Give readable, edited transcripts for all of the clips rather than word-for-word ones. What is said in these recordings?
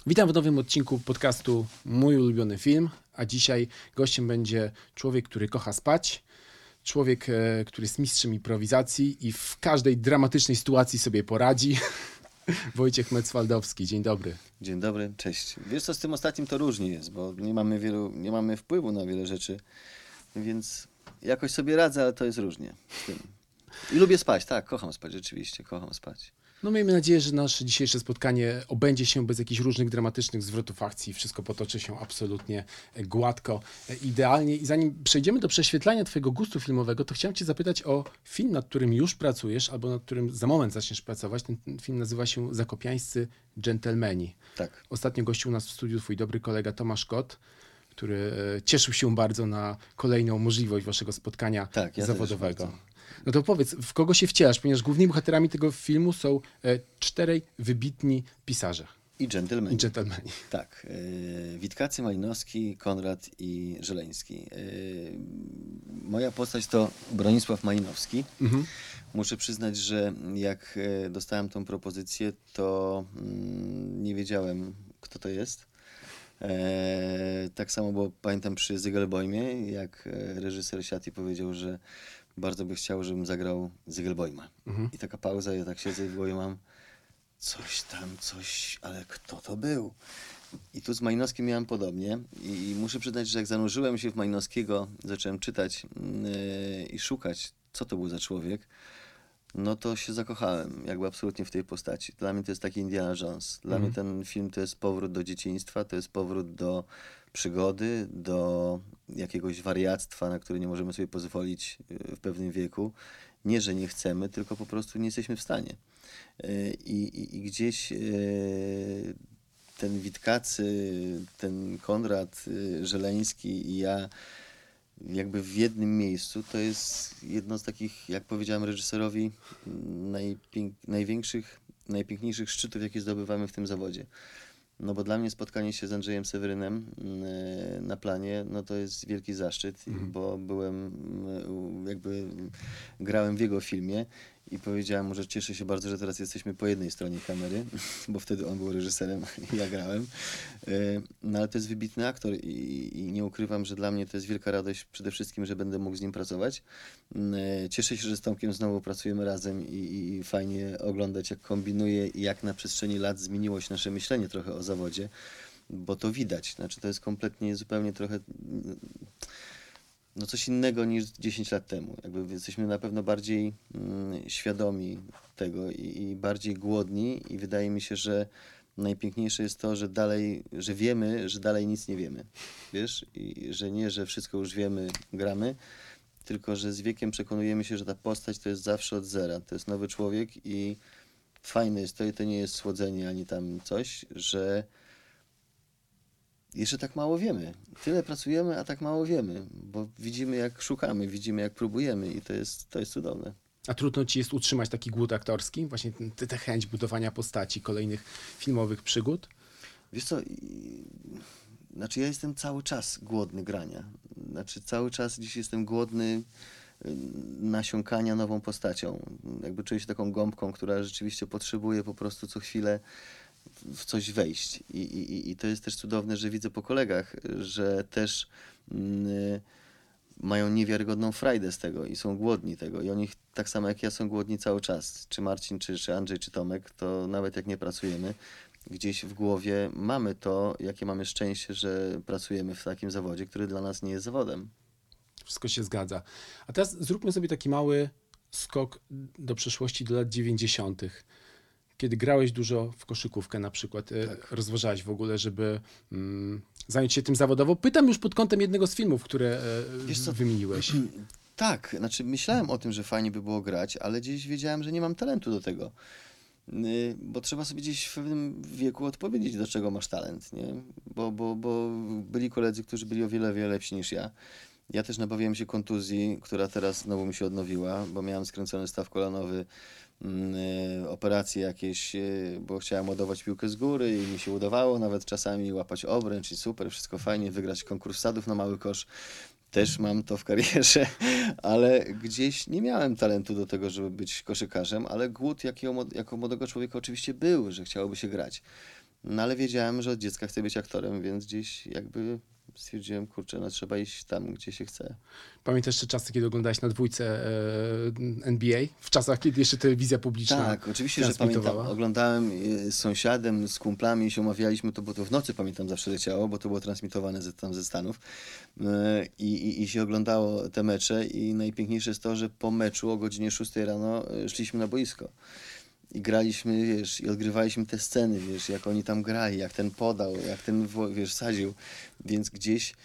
Witam w nowym odcinku podcastu Mój ulubiony film, a dzisiaj gościem będzie człowiek, który kocha spać, człowiek, który jest mistrzem improwizacji i w każdej dramatycznej sytuacji sobie poradzi. Wojciech Mecwaldowski, dzień dobry. Dzień dobry, cześć. Wiesz co, z tym ostatnim to różnie jest, bo nie mamy wpływu na wiele rzeczy, więc jakoś sobie radzę, ale to jest różnie z tym. I lubię spać, tak, kocham spać, rzeczywiście, kocham spać. No miejmy nadzieję, że nasze dzisiejsze spotkanie obędzie się bez jakichś różnych dramatycznych zwrotów akcji. Wszystko potoczy się absolutnie gładko, idealnie. I zanim przejdziemy do prześwietlania twojego gustu filmowego, to chciałem cię zapytać o film, nad którym już pracujesz, albo nad którym za moment zaczniesz pracować. Ten film nazywa się Zakopiańscy dżentelmeni. Tak. Ostatnio gościł u nas w studiu twój dobry kolega Tomasz Kot, który cieszył się bardzo na kolejną możliwość waszego spotkania Tak, ja zawodowego. też bardzo. No to powiedz, w kogo się wcielasz? Ponieważ głównymi bohaterami tego filmu są czterej wybitni pisarze I dżentelmeni. i dżentelmeni. Tak, Witkacy, Malinowski, Konrad i Żeleński. Moja postać to Bronisław Malinowski. Muszę przyznać, że jak dostałem tą propozycję, to nie wiedziałem, kto to jest. Tak samo, bo pamiętam przy Zygelbojmie, jak reżyser Siati powiedział, że bardzo by chciał, żebym zagrał Zygelbojma. I taka pauza, ja tak siedzę i w głowie mam coś, ale kto to był? I tu z Malinowskim miałem podobnie i muszę przyznać, że jak zanurzyłem się w Malinowskiego, zacząłem czytać i szukać, co to był za człowiek, no to się zakochałem, jakby absolutnie w tej postaci. Dla mnie to jest taki Indiana Jones. Dla mnie ten film to jest powrót do dzieciństwa, to jest powrót do przygody, do jakiegoś wariactwa, na które nie możemy sobie pozwolić w pewnym wieku. Nie, że nie chcemy, tylko po prostu nie jesteśmy w stanie. I gdzieś ten Witkacy, ten Konrad Żeleński i ja jakby w jednym miejscu, to jest jedno z takich, jak powiedziałem reżyserowi, najpiękniejszych szczytów, jakie zdobywamy w tym zawodzie. No bo dla mnie spotkanie się z Andrzejem Sewerynem na planie, no to jest wielki zaszczyt, bo grałem w jego filmie i powiedziałem mu, że cieszę się bardzo, że teraz jesteśmy po jednej stronie kamery, bo wtedy on był reżyserem i ja grałem. No ale to jest wybitny aktor i nie ukrywam, że dla mnie to jest wielka radość przede wszystkim, że będę mógł z nim pracować. Cieszę się, że z Tomkiem znowu pracujemy razem i fajnie oglądać, jak kombinuje i jak na przestrzeni lat zmieniło się nasze myślenie trochę o zawodzie, bo to widać. Znaczy to jest kompletnie, zupełnie trochę no coś innego niż 10 lat temu. Jakby jesteśmy na pewno bardziej świadomi tego i bardziej głodni i wydaje mi się, że najpiękniejsze jest to, że wiemy, że dalej nic nie wiemy. Wiesz? I że nie, że wszystko już wiemy, gramy, tylko że z wiekiem przekonujemy się, że ta postać to jest zawsze od zera. To jest nowy człowiek i fajne jest to i to nie jest słodzenie ani tam coś, że jeszcze tak mało wiemy. Tyle pracujemy, a tak mało wiemy, bo widzimy jak szukamy, widzimy jak próbujemy i to jest cudowne. A trudno ci jest utrzymać taki głód aktorski? Właśnie tę chęć budowania postaci, kolejnych filmowych przygód? Wiesz co, znaczy ja jestem cały czas głodny grania. Znaczy cały czas dziś jestem głodny nasiąkania nową postacią. Jakby czuję się taką gąbką, która rzeczywiście potrzebuje po prostu co chwilę w coś wejść. I to jest też cudowne, że widzę po kolegach, że też mają niewiarygodną frajdę z tego i są głodni tego. I oni tak samo jak ja są głodni cały czas. Czy Marcin, czy Andrzej, czy Tomek, to nawet jak nie pracujemy, gdzieś w głowie mamy to, jakie mamy szczęście, że pracujemy w takim zawodzie, który dla nas nie jest zawodem. Wszystko się zgadza. A teraz zróbmy sobie taki mały skok do przeszłości, do lat 90. Kiedy grałeś dużo w koszykówkę na przykład, rozważałeś w ogóle, żeby zająć się tym zawodowo? Pytam już pod kątem jednego z filmów, które wymieniłeś. Tak, znaczy myślałem o tym, że fajnie by było grać, ale gdzieś wiedziałem, że nie mam talentu do tego. Bo trzeba sobie gdzieś w pewnym wieku odpowiedzieć, do czego masz talent, nie? Bo byli koledzy, którzy byli o wiele, wiele lepsi niż ja. Ja też nabawiłem się kontuzji, która teraz znowu mi się odnowiła, bo miałem skręcony staw kolanowy, operacje jakieś, bo chciałem ładować piłkę z góry i mi się udawało nawet czasami łapać obręcz i super, wszystko fajnie, wygrać konkurs sadów na mały kosz. Też mam to w karierze, ale gdzieś nie miałem talentu do tego, żeby być koszykarzem, ale głód jako młodego człowieka oczywiście był, że chciałoby się grać. No ale wiedziałem, że od dziecka chcę być aktorem, więc gdzieś jakby stwierdziłem, kurczę, no trzeba iść tam, gdzie się chce. Pamiętasz jeszcze czasy, kiedy oglądałeś na dwójce NBA? W czasach, kiedy jeszcze telewizja publiczna Tak, oczywiście, że pamiętam. transmitowała? Oglądałem z sąsiadem, z kumplami się umawialiśmy, to, bo to w nocy pamiętam zawsze leciało, bo to było transmitowane tam ze Stanów. I się oglądało te mecze i najpiękniejsze jest to, że po meczu o godzinie 6 rano szliśmy na boisko. I graliśmy, wiesz, i odgrywaliśmy te sceny, wiesz, jak oni tam grali, jak ten podał, jak ten, wiesz, sadził. Więc gdzieś,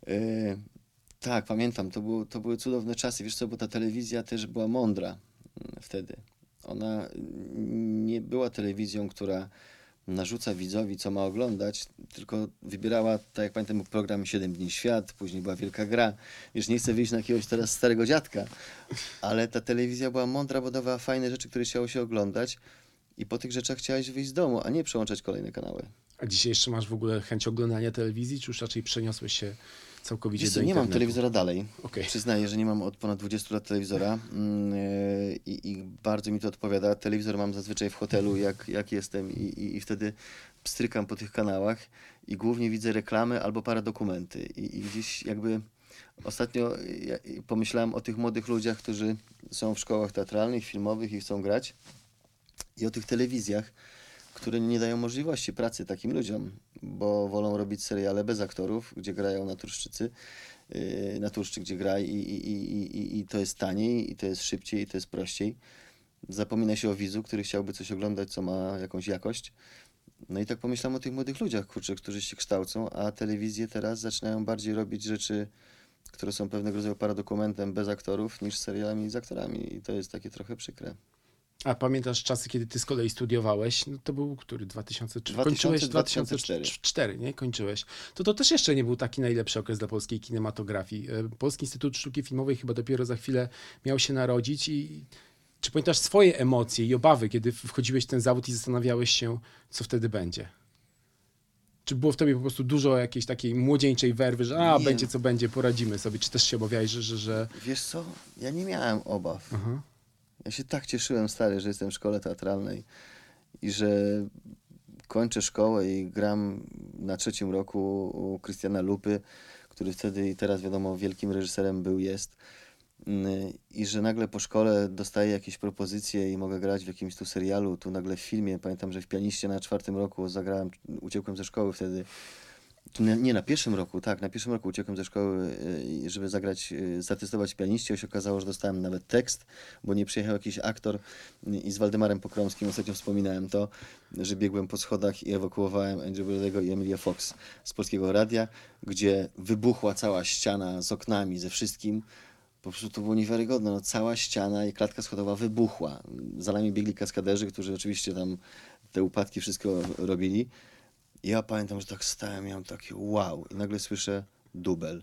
tak, pamiętam, to były cudowne czasy. Wiesz co, bo ta telewizja też była mądra wtedy. Ona nie była telewizją, która narzuca widzowi, co ma oglądać, tylko wybierała, tak jak pamiętam, był program 7 dni świat, później była Wielka Gra. Wiesz, nie chcę wyjść na jakiegoś teraz starego dziadka, ale ta telewizja była mądra, bo dawała fajne rzeczy, które chciało się oglądać i po tych rzeczach chciałeś wyjść z domu, a nie przełączać kolejne kanały. A dzisiaj jeszcze masz w ogóle chęć oglądania telewizji, czy już raczej przeniosłeś się całkowicie Wiesz do co, nie mam internetu? telewizora dalej. Okej. Przyznaję, że nie mam od ponad 20 lat telewizora i bardzo mi to odpowiada. Telewizor mam zazwyczaj w hotelu, jak jestem i wtedy pstrykam po tych kanałach i głównie widzę reklamy albo paradokumenty. I gdzieś jakby ostatnio pomyślałem o tych młodych ludziach, którzy są w szkołach teatralnych, filmowych i chcą grać i o tych telewizjach, które nie dają możliwości pracy takim ludziom, bo wolą robić seriale bez aktorów, gdzie grają naturszczycy, naturszczyk, gdzie gra i to jest taniej, i to jest szybciej, i to jest prościej. Zapomina się o widzu, który chciałby coś oglądać, co ma jakąś jakość. No i tak pomyślałem o tych młodych ludziach, kurczę, którzy się kształcą, a telewizje teraz zaczynają bardziej robić rzeczy, które są pewnego rodzaju paradokumentem bez aktorów, niż serialami z aktorami. I to jest takie trochę przykre. A pamiętasz czasy, kiedy ty z kolei studiowałeś? No to był który? 2003? 2000, Kończyłeś 2004. 2004, nie? Kończyłeś. To też jeszcze nie był taki najlepszy okres dla polskiej kinematografii. Polski Instytut Sztuki Filmowej chyba dopiero za chwilę miał się narodzić i czy pamiętasz swoje emocje i obawy, kiedy wchodziłeś w ten zawód i zastanawiałeś się, co wtedy będzie? Czy było w tobie po prostu dużo jakiejś takiej młodzieńczej werwy, że Nie. będzie co będzie, poradzimy sobie? Czy też się obawiałeś, że... Wiesz co, ja nie miałem obaw. Aha. Ja się tak cieszyłem, stary, że jestem w szkole teatralnej i że kończę szkołę i gram na 3. roku u Krystiana Lupy, który wtedy i teraz wiadomo wielkim reżyserem był, jest. I że nagle po szkole dostaję jakieś propozycje i mogę grać w jakimś tu serialu, tu nagle w filmie. Pamiętam, że w Pianiście na 4. roku zagrałem, uciekłem ze szkoły wtedy. Nie, na 1. roku, tak, na 1. roku uciekłem ze szkoły, żeby zagrać, zatestować w Pianiście. Się okazało, że dostałem nawet tekst, bo nie przyjechał jakiś aktor i z Waldemarem Pokromskim ostatnio wspominałem to, że biegłem po schodach i ewakuowałem Andrew Brodego i Emilia Fox z Polskiego Radia, gdzie wybuchła cała ściana z oknami, ze wszystkim. Po prostu to było niewiarygodne. No, cała ściana i klatka schodowa wybuchła. Za nami biegli kaskaderzy, którzy oczywiście tam te upadki wszystko robili. I ja pamiętam, że tak stałem, miałem takie wow. I nagle słyszę dubel.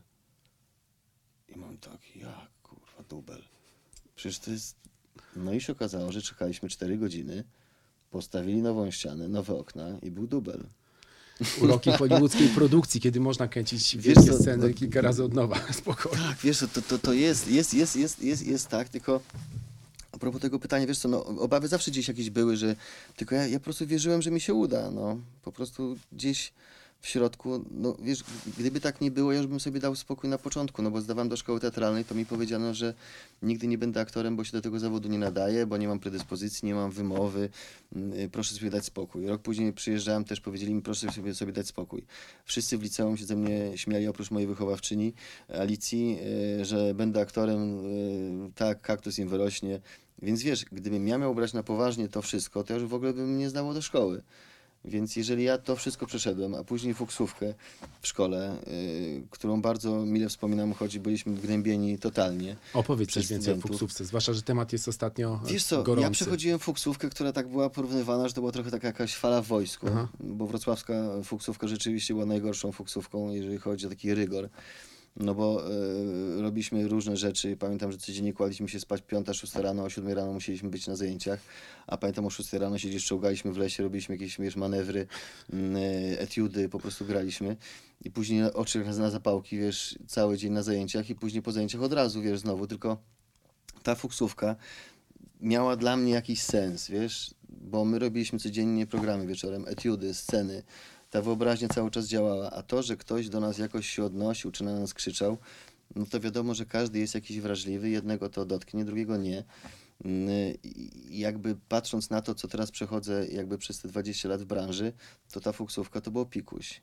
I mam taki, jak kurwa, dubel. Przecież to jest... No i się okazało, że czekaliśmy 4 godziny, postawili nową ścianę, nowe okna i był dubel. Uroki hollywoodzkiej produkcji, kiedy można kręcić Wiesz wielkie co, sceny no- kilka razy od nowa, spokojnie. Tak, wiesz co, to jest tak, tylko a propos tego pytania, wiesz co, no obawy zawsze gdzieś jakieś były, że tylko ja po prostu wierzyłem, że mi się uda, no. Po prostu gdzieś w środku, no wiesz, gdyby tak nie było, ja już bym sobie dał spokój na początku, no bo zdawałem do szkoły teatralnej, to mi powiedziano, że nigdy nie będę aktorem, bo się do tego zawodu nie nadaję, bo nie mam predyspozycji, nie mam wymowy, proszę sobie dać spokój. Rok później przyjeżdżałem, też powiedzieli mi, proszę sobie dać spokój. Wszyscy w liceum się ze mnie śmiali, oprócz mojej wychowawczyni Alicji, że będę aktorem, tak, kaktus im wyrośnie. Więc wiesz, gdybym ja miał brać na poważnie to wszystko, to ja już w ogóle bym nie zdało do szkoły. Więc jeżeli ja to wszystko przeszedłem, a później fuksówkę w szkole, którą bardzo mile wspominam, choć byliśmy gnębieni totalnie. Opowiedz przez coś więcej o studentów. fuksówce, zwłaszcza, że temat jest ostatnio Wiesz co, gorący. ja przechodziłem fuksówkę, która tak była porównywana, że to była trochę taka jakaś fala w wojsku, Aha. bo wrocławska fuksówka rzeczywiście była najgorszą fuksówką, jeżeli chodzi o taki rygor. No bo robiliśmy różne rzeczy. Pamiętam, że codziennie kładliśmy się spać 5, 6 rano, o 7 rano musieliśmy być na zajęciach, a pamiętam o 6 rano się gdzieś czołgaliśmy w lesie, robiliśmy jakieś wiesz, manewry, etiudy, po prostu graliśmy. I później o 3 razy na zapałki, wiesz, cały dzień na zajęciach i później po zajęciach od razu, wiesz, znowu. Tylko ta fuksówka miała dla mnie jakiś sens, wiesz. bo my robiliśmy codziennie programy wieczorem, etiudy, sceny. Ta wyobraźnia cały czas działała, a to, że ktoś do nas jakoś się odnosił, czy na nas krzyczał, no to wiadomo, że każdy jest jakiś wrażliwy, jednego to dotknie, drugiego nie. I jakby patrząc na to, co teraz przechodzę jakby przez te 20 lat w branży, to ta fuksówka to było pikuś.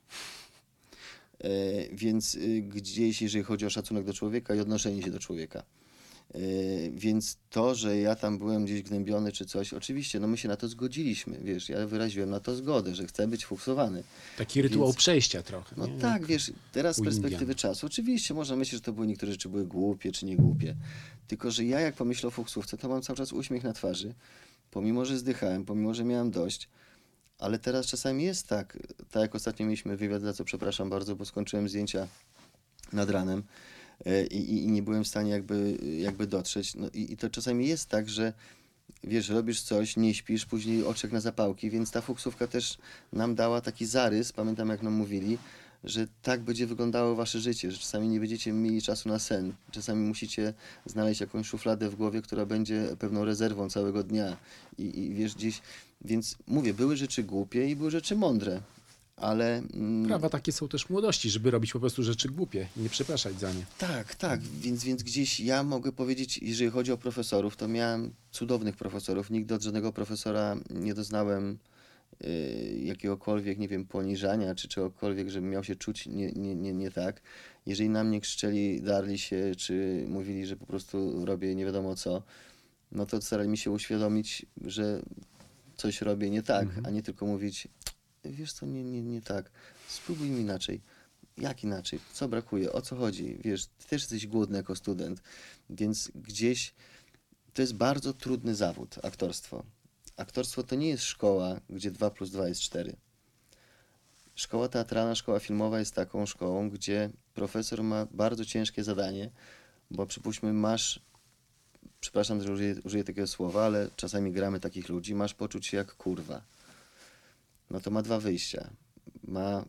Więc gdzieś, jeżeli chodzi o szacunek do człowieka i odnoszenie się do człowieka. Więc to, że ja tam byłem gdzieś gnębiony czy coś, oczywiście, no my się na to zgodziliśmy, wiesz, ja wyraziłem na to zgodę, że chcę być fuksowany. Taki rytuał Więc- przejścia trochę. No nie? tak, wiesz, teraz z u perspektywy Indian. czasu, oczywiście można myśleć, że to były niektóre rzeczy były głupie czy nie głupie, tylko że ja jak pomyślę o fuksówce, to mam cały czas uśmiech na twarzy, pomimo, że zdychałem, pomimo, że miałem dość, ale teraz czasami jest tak, tak jak ostatnio mieliśmy wywiad, za co przepraszam bardzo, bo skończyłem zdjęcia nad ranem i nie byłem w stanie jakby dotrzeć. No i to czasami jest tak, że wiesz, robisz coś, nie śpisz, później oczek na zapałki, więc ta fuksówka też nam dała taki zarys, pamiętam jak nam mówili, że tak będzie wyglądało wasze życie, że czasami nie będziecie mieli czasu na sen, czasami musicie znaleźć jakąś szufladę w głowie, która będzie pewną rezerwą całego dnia i wiesz, gdzieś, więc mówię, były rzeczy głupie i były rzeczy mądre, ale Prawa takie są też młodości, żeby robić po prostu rzeczy głupie i nie przepraszać za nie. tak, więc gdzieś ja mogę powiedzieć, jeżeli chodzi o profesorów, to miałem cudownych profesorów. Nigdy od żadnego profesora nie doznałem jakiegokolwiek, nie wiem, poniżania czy czegokolwiek, żebym miał się czuć nie tak. Jeżeli na mnie krzyczeli, darli się, czy mówili, że po prostu robię nie wiadomo co, no to starali mi się uświadomić, że coś robię nie tak, a nie tylko mówić, wiesz co, nie tak, spróbujmy inaczej. Jak inaczej? Co brakuje? O co chodzi? Wiesz, ty też jesteś głodny jako student, więc gdzieś to jest bardzo trudny zawód, aktorstwo. Aktorstwo to nie jest szkoła, gdzie 2 plus 2 jest 4. Szkoła teatralna, szkoła filmowa jest taką szkołą, gdzie profesor ma bardzo ciężkie zadanie, bo przypuśćmy masz, przepraszam, że użyję takiego słowa, ale czasami gramy takich ludzi, masz poczuć się jak kurwa. No to ma 2 wyjścia. Ma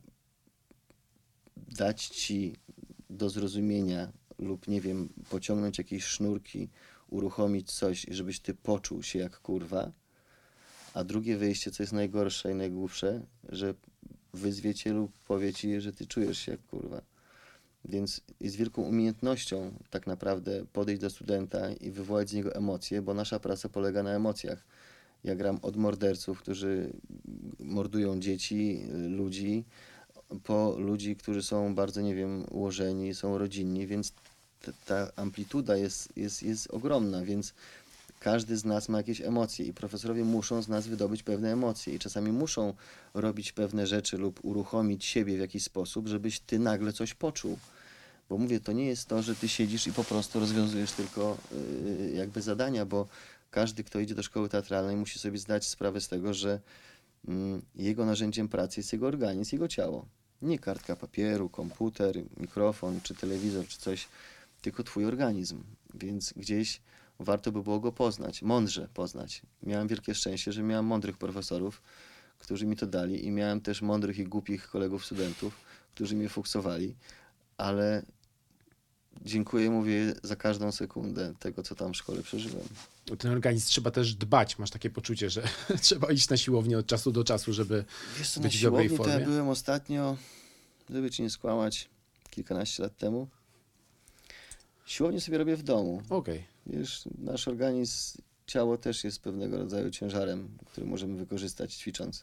dać ci do zrozumienia lub nie wiem, pociągnąć jakieś sznurki, uruchomić coś, żebyś ty poczuł się jak kurwa, a drugie wyjście, co jest najgorsze i najgłupsze, że wyzwie cię lub powie ci, że ty czujesz się jak kurwa. Więc jest wielką umiejętnością tak naprawdę podejść do studenta i wywołać z niego emocje, bo nasza praca polega na emocjach. Ja gram od morderców, którzy mordują dzieci, ludzi, po ludzi, którzy są bardzo, nie wiem, ułożeni, są rodzinni, więc ta amplituda jest ogromna, więc każdy z nas ma jakieś emocje i profesorowie muszą z nas wydobyć pewne emocje i czasami muszą robić pewne rzeczy lub uruchomić siebie w jakiś sposób, żebyś ty nagle coś poczuł. Bo mówię, to nie jest to, że ty siedzisz i po prostu rozwiązujesz tylko jakby zadania, bo każdy, kto idzie do szkoły teatralnej, musi sobie zdać sprawę z tego, że jego narzędziem pracy jest jego organizm, jego ciało. Nie kartka papieru, komputer, mikrofon, czy telewizor, czy coś, tylko twój organizm. Więc gdzieś warto by było go poznać, mądrze poznać. Miałem wielkie szczęście, że miałem mądrych profesorów, którzy mi to dali i miałem też mądrych i głupich kolegów studentów, którzy mnie fuksowali, ale dziękuję, mówię, za każdą sekundę tego, co tam w szkole przeżyłem. O ten organizm trzeba też dbać. Masz takie poczucie, że trzeba iść na siłownię od czasu do czasu, żeby Wiesz co, na być w dobrej siłowni to ja formie. byłem ostatnio, żeby ci nie skłamać, kilkanaście lat temu. Siłownię sobie robię w domu. Okej. Wiesz, nasz organizm, ciało też jest pewnego rodzaju ciężarem, który możemy wykorzystać ćwicząc.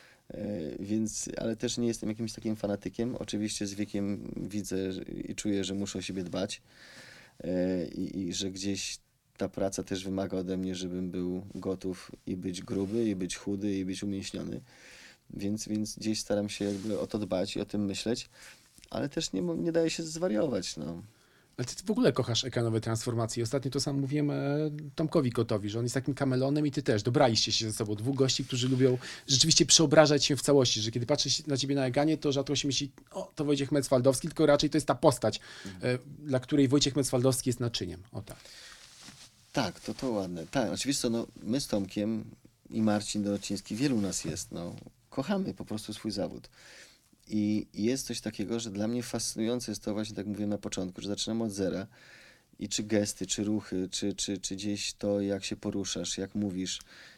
Więc, ale też nie jestem jakimś takim fanatykiem. Oczywiście z wiekiem widzę i czuję, że muszę o siebie dbać i że gdzieś ta praca też wymaga ode mnie, żebym był gotów i być gruby, i być chudy, i być umięśniony. Więc gdzieś staram się jakby o to dbać i o tym myśleć, ale też nie daje się zwariować, no. Ale ty w ogóle kochasz ekranowe transformacje. Ostatnio to sam mówiłem Tomkowi Kotowi, że on jest takim kamelonem i ty też. Dobraliście się ze sobą. 2 gości, którzy lubią rzeczywiście przeobrażać się w całości, że kiedy patrzy się na ciebie na ekranie, to rzadko się myśli, o, to Wojciech Mecwaldowski, tylko raczej to jest ta postać, dla której Wojciech Mecwaldowski jest naczyniem. O tak. Tak, to ładne. Tak, oczywiście no, my z Tomkiem i Marcin Dorociński, wielu nas jest, no, kochamy po prostu swój zawód. I jest coś takiego, że dla mnie fascynujące jest to właśnie, tak mówiłem na początku, że zaczynam od zera i czy gesty, czy ruchy, czy gdzieś to, jak się poruszasz, jak mówisz,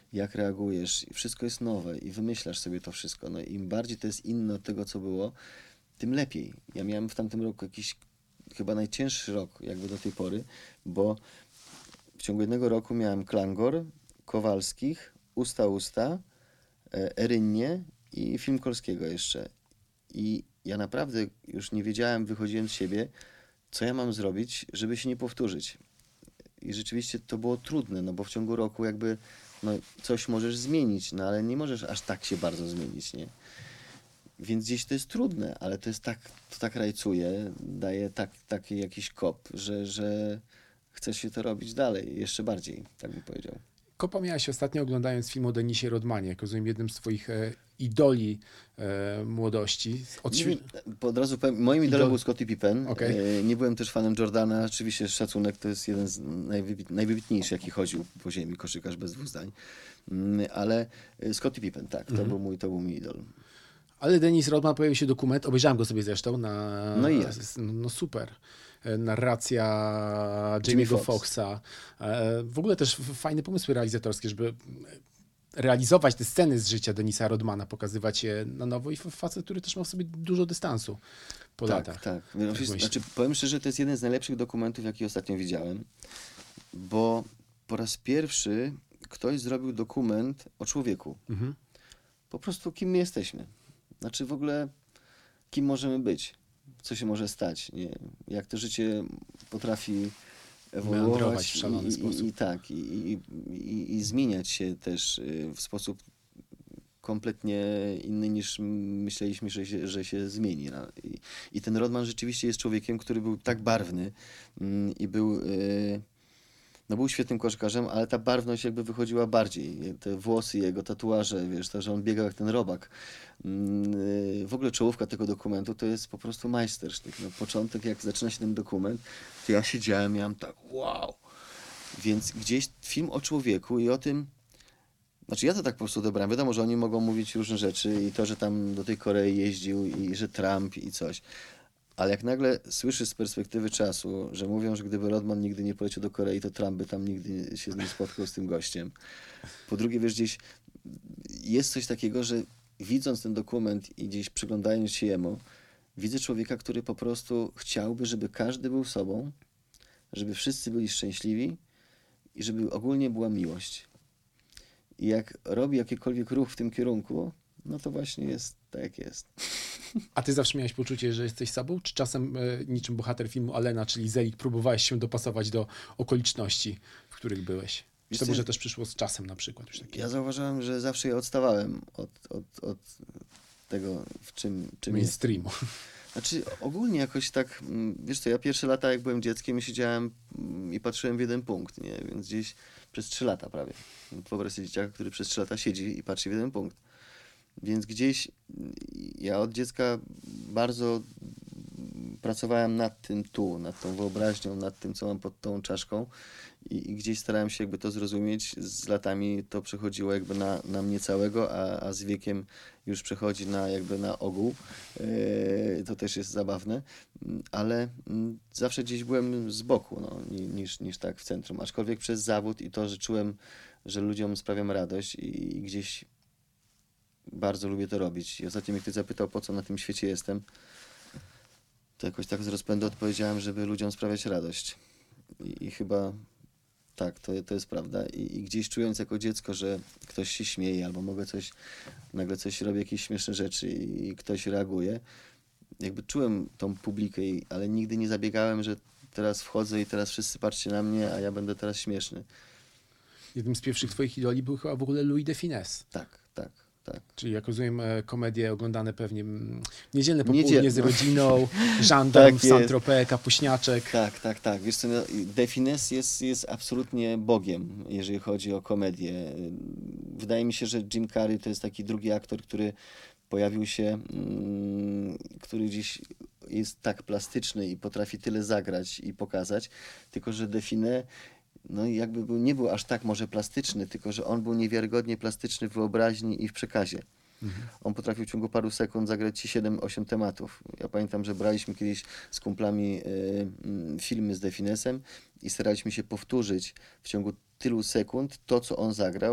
jak reagujesz, i wszystko jest nowe i wymyślasz sobie to wszystko. No im bardziej to jest inne od tego, co było, tym lepiej. Ja miałem w tamtym roku jakiś chyba najcięższy rok jakby do tej pory, bo w ciągu jednego roku miałem Klangor, Kowalskich, Usta, Erynnię i film Kolskiego jeszcze. I ja naprawdę już nie wiedziałem, wychodziłem z siebie, co ja mam zrobić, żeby się nie powtórzyć. I rzeczywiście to było trudne, no bo w ciągu roku jakby no, coś możesz zmienić, no ale nie możesz aż tak się bardzo zmienić, nie? Więc gdzieś to jest trudne, ale to jest tak, to tak rajcuje, daje taki jakiś kop, że chce się to robić dalej, jeszcze bardziej, tak bym powiedział. Kopa miałeś ostatnio oglądając film o Denisie Rodmanie, jako rozumiem jednym z twoich idoli młodości. Nie wiem, bo od razu powiem, moim idolem był Scottie Pippen. Okay. Nie byłem też fanem Jordana. Oczywiście szacunek, to jest jeden z najwybitniejszych, jaki chodził po ziemi, koszykarz bez dwóch zdań. Ale Scottie Pippen, tak, to był mój idol. Ale Denis Rodman, pojawił się dokument, obejrzałem go sobie zresztą, No i jak? No super. Narracja Jamie'ego Foxxa. W ogóle też fajne pomysły realizatorskie, żeby realizować te sceny z życia Denisa Rodmana, pokazywać je na nowo i facet, który też ma w sobie dużo dystansu po latach. Tak. Znaczy, powiem szczerze, to jest jeden z najlepszych dokumentów, jaki ostatnio widziałem, bo po raz pierwszy ktoś zrobił dokument o człowieku. Po prostu kim my jesteśmy. Znaczy w ogóle kim możemy być, co się może stać, nie? Jak to życie potrafi ewoluować w szalony sposób. I zmieniać się też w sposób kompletnie inny niż myśleliśmy, że się zmieni. I ten Rodman rzeczywiście jest człowiekiem, który był tak barwny i był... No był świetnym koszykarzem, ale ta barwność jakby wychodziła bardziej. Te włosy jego, tatuaże, wiesz, to, że on biegał jak ten robak. W ogóle czołówka tego dokumentu to jest po prostu majstersztyk. No, początek, jak zaczyna się ten dokument, to ja siedziałem, miałem tak, wow. Więc gdzieś film o człowieku i o tym, znaczy ja to tak po prostu odebrałem. Wiadomo, że oni mogą mówić różne rzeczy i to, że tam do tej Korei jeździł i że Trump i coś. Ale jak nagle słyszysz z perspektywy czasu, że mówią, że gdyby Rodman nigdy nie poleciał do Korei, to Trump by tam nigdy się nie spotkał z tym gościem. Po drugie, wiesz, gdzieś jest coś takiego, że widząc ten dokument i gdzieś przyglądając się jemu, widzę człowieka, który po prostu chciałby, żeby każdy był sobą, żeby wszyscy byli szczęśliwi i żeby ogólnie była miłość. I jak robi jakikolwiek ruch w tym kierunku, no to właśnie jest tak, jak jest. A ty zawsze miałeś poczucie, że jesteś sobą? Czy czasem niczym bohater filmu Alena, czyli Zelig, próbowałeś się dopasować do okoliczności, w których byłeś? Czy to może też przyszło z czasem na przykład? Już Ja zauważyłem, że zawsze ja odstawałem od tego, w czym mainstreamu. Znaczy ogólnie jakoś tak, wiesz co, ja pierwsze lata jak byłem dzieckiem siedziałem i patrzyłem w jeden punkt, nie? Więc gdzieś przez 3 lata prawie. Wyobraź sobie dzieciaka, który przez 3 lata siedzi i patrzy w jeden punkt. Więc gdzieś ja od dziecka bardzo pracowałem nad tym nad tą wyobraźnią, nad tym, co mam pod tą czaszką i gdzieś starałem się jakby to zrozumieć. Z latami to przechodziło jakby na mnie całego, a z wiekiem już przechodzi jakby na ogół. To też jest zabawne, ale zawsze gdzieś byłem z boku, no, niż tak w centrum. Aczkolwiek przez zawód i to, że czułem, że ludziom sprawiam radość i gdzieś bardzo lubię to robić. I ostatnio mnie ktoś zapytał, po co na tym świecie jestem. To jakoś tak z rozpędu odpowiedziałem, żeby ludziom sprawiać radość. I chyba tak, to jest prawda. I gdzieś czując jako dziecko, że ktoś się śmieje albo nagle coś robi, jakieś śmieszne rzeczy i ktoś reaguje, jakby czułem tą publikę, ale nigdy nie zabiegałem, że teraz wchodzę i teraz wszyscy patrzcie na mnie, a ja będę teraz śmieszny. Jednym z pierwszych twoich idoli był chyba w ogóle Louis de Funès. Tak. Czyli jak rozumiem komedie oglądane pewnie niedzielne popołudnie z rodziną, Żandarm w Saint-Tropez, Kapuśniaczek. Tak. Wiesz co, de Funès jest absolutnie bogiem, jeżeli chodzi o komedię. Wydaje mi się, że Jim Carrey to jest taki drugi aktor, który pojawił się, który gdzieś jest tak plastyczny i potrafi tyle zagrać i pokazać, tylko że de Funès no i jakby nie był aż tak może plastyczny, tylko że on był niewiarygodnie plastyczny w wyobraźni i w przekazie. On potrafił w ciągu paru sekund zagrać ci 7-8 tematów. Ja pamiętam, że braliśmy kiedyś z kumplami filmy z de Funèsem i staraliśmy się powtórzyć w ciągu tylu sekund to, co on zagrał,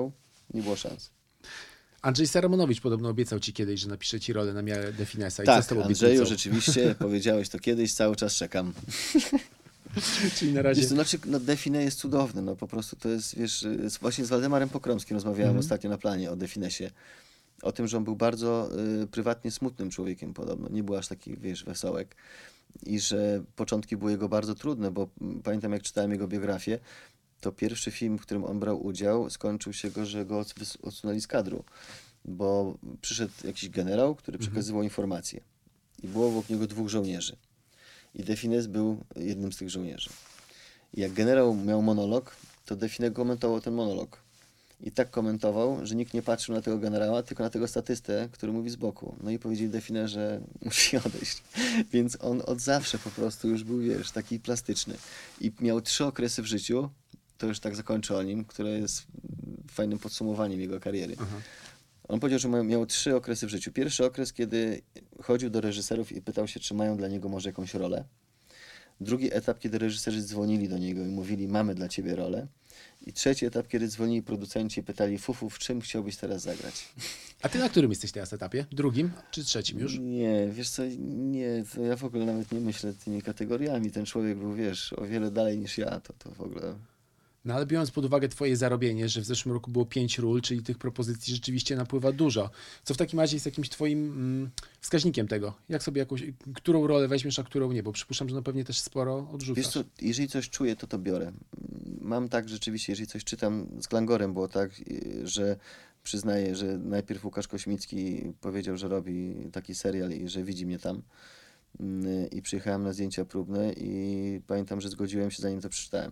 Nie było szans. Andrzej Saramonowicz podobno obiecał ci kiedyś, że napisze ci rolę na miarę De Finesa. I co z Tak, tą Andrzeju, obietnicą? rzeczywiście powiedziałeś to kiedyś, cały czas czekam. Czyli na razie... Wiesz, to znaczy, no Define jest cudowny, no po prostu to jest, wiesz, właśnie z Waldemarem Pokromskim rozmawiałem ostatnio na planie o Definesie. O tym, że on był bardzo prywatnie smutnym człowiekiem podobno. Nie był aż taki, wiesz, wesołek. I że początki były jego bardzo trudne, bo pamiętam jak czytałem jego biografię, to pierwszy film, w którym on brał udział, skończył się go, że go odsunęli z kadru. Bo przyszedł jakiś generał, który przekazywał informacje. I było wokół niego 2 żołnierzy. I Defines był jednym z tych żołnierzy. I jak generał miał monolog, to Define komentował ten monolog. I tak komentował, że nikt nie patrzył na tego generała, tylko na tego statystę, który mówi z boku. No i powiedzieli Define, że musi odejść. Więc on od zawsze po prostu już był, wiesz, taki plastyczny. I miał 3 okresy w życiu, to już tak zakończę o nim, które jest fajnym podsumowaniem jego kariery. Aha. On powiedział, że miał 3 okresy w życiu. Pierwszy okres, kiedy chodził do reżyserów i pytał się, czy mają dla niego może jakąś rolę. Drugi etap, kiedy reżyserzy dzwonili do niego i mówili, mamy dla ciebie rolę. I trzeci etap, kiedy dzwonili producenci i pytali, Fufu, w czym chciałbyś teraz zagrać? A ty na którym jesteś teraz etapie? Drugim czy trzecim już? Nie, wiesz co, nie, to ja w ogóle nawet nie myślę tymi kategoriami. Ten człowiek był, wiesz, o wiele dalej niż ja, to w ogóle... No ale biorąc pod uwagę twoje zarobienie, że w zeszłym roku było 5 ról, czyli tych propozycji rzeczywiście napływa dużo. Co w takim razie jest jakimś twoim wskaźnikiem tego? Jak sobie którą rolę weźmiesz, a którą nie? Bo przypuszczam, że na pewnie też sporo odrzucasz. Wiesz co, jeżeli coś czuję, to biorę. Mam tak rzeczywiście, jeżeli coś czytam, z Glangorem było tak, że przyznaję, że najpierw Łukasz Kośmicki powiedział, że robi taki serial i że widzi mnie tam. I przyjechałem na zdjęcia próbne i pamiętam, że zgodziłem się, zanim to przeczytałem.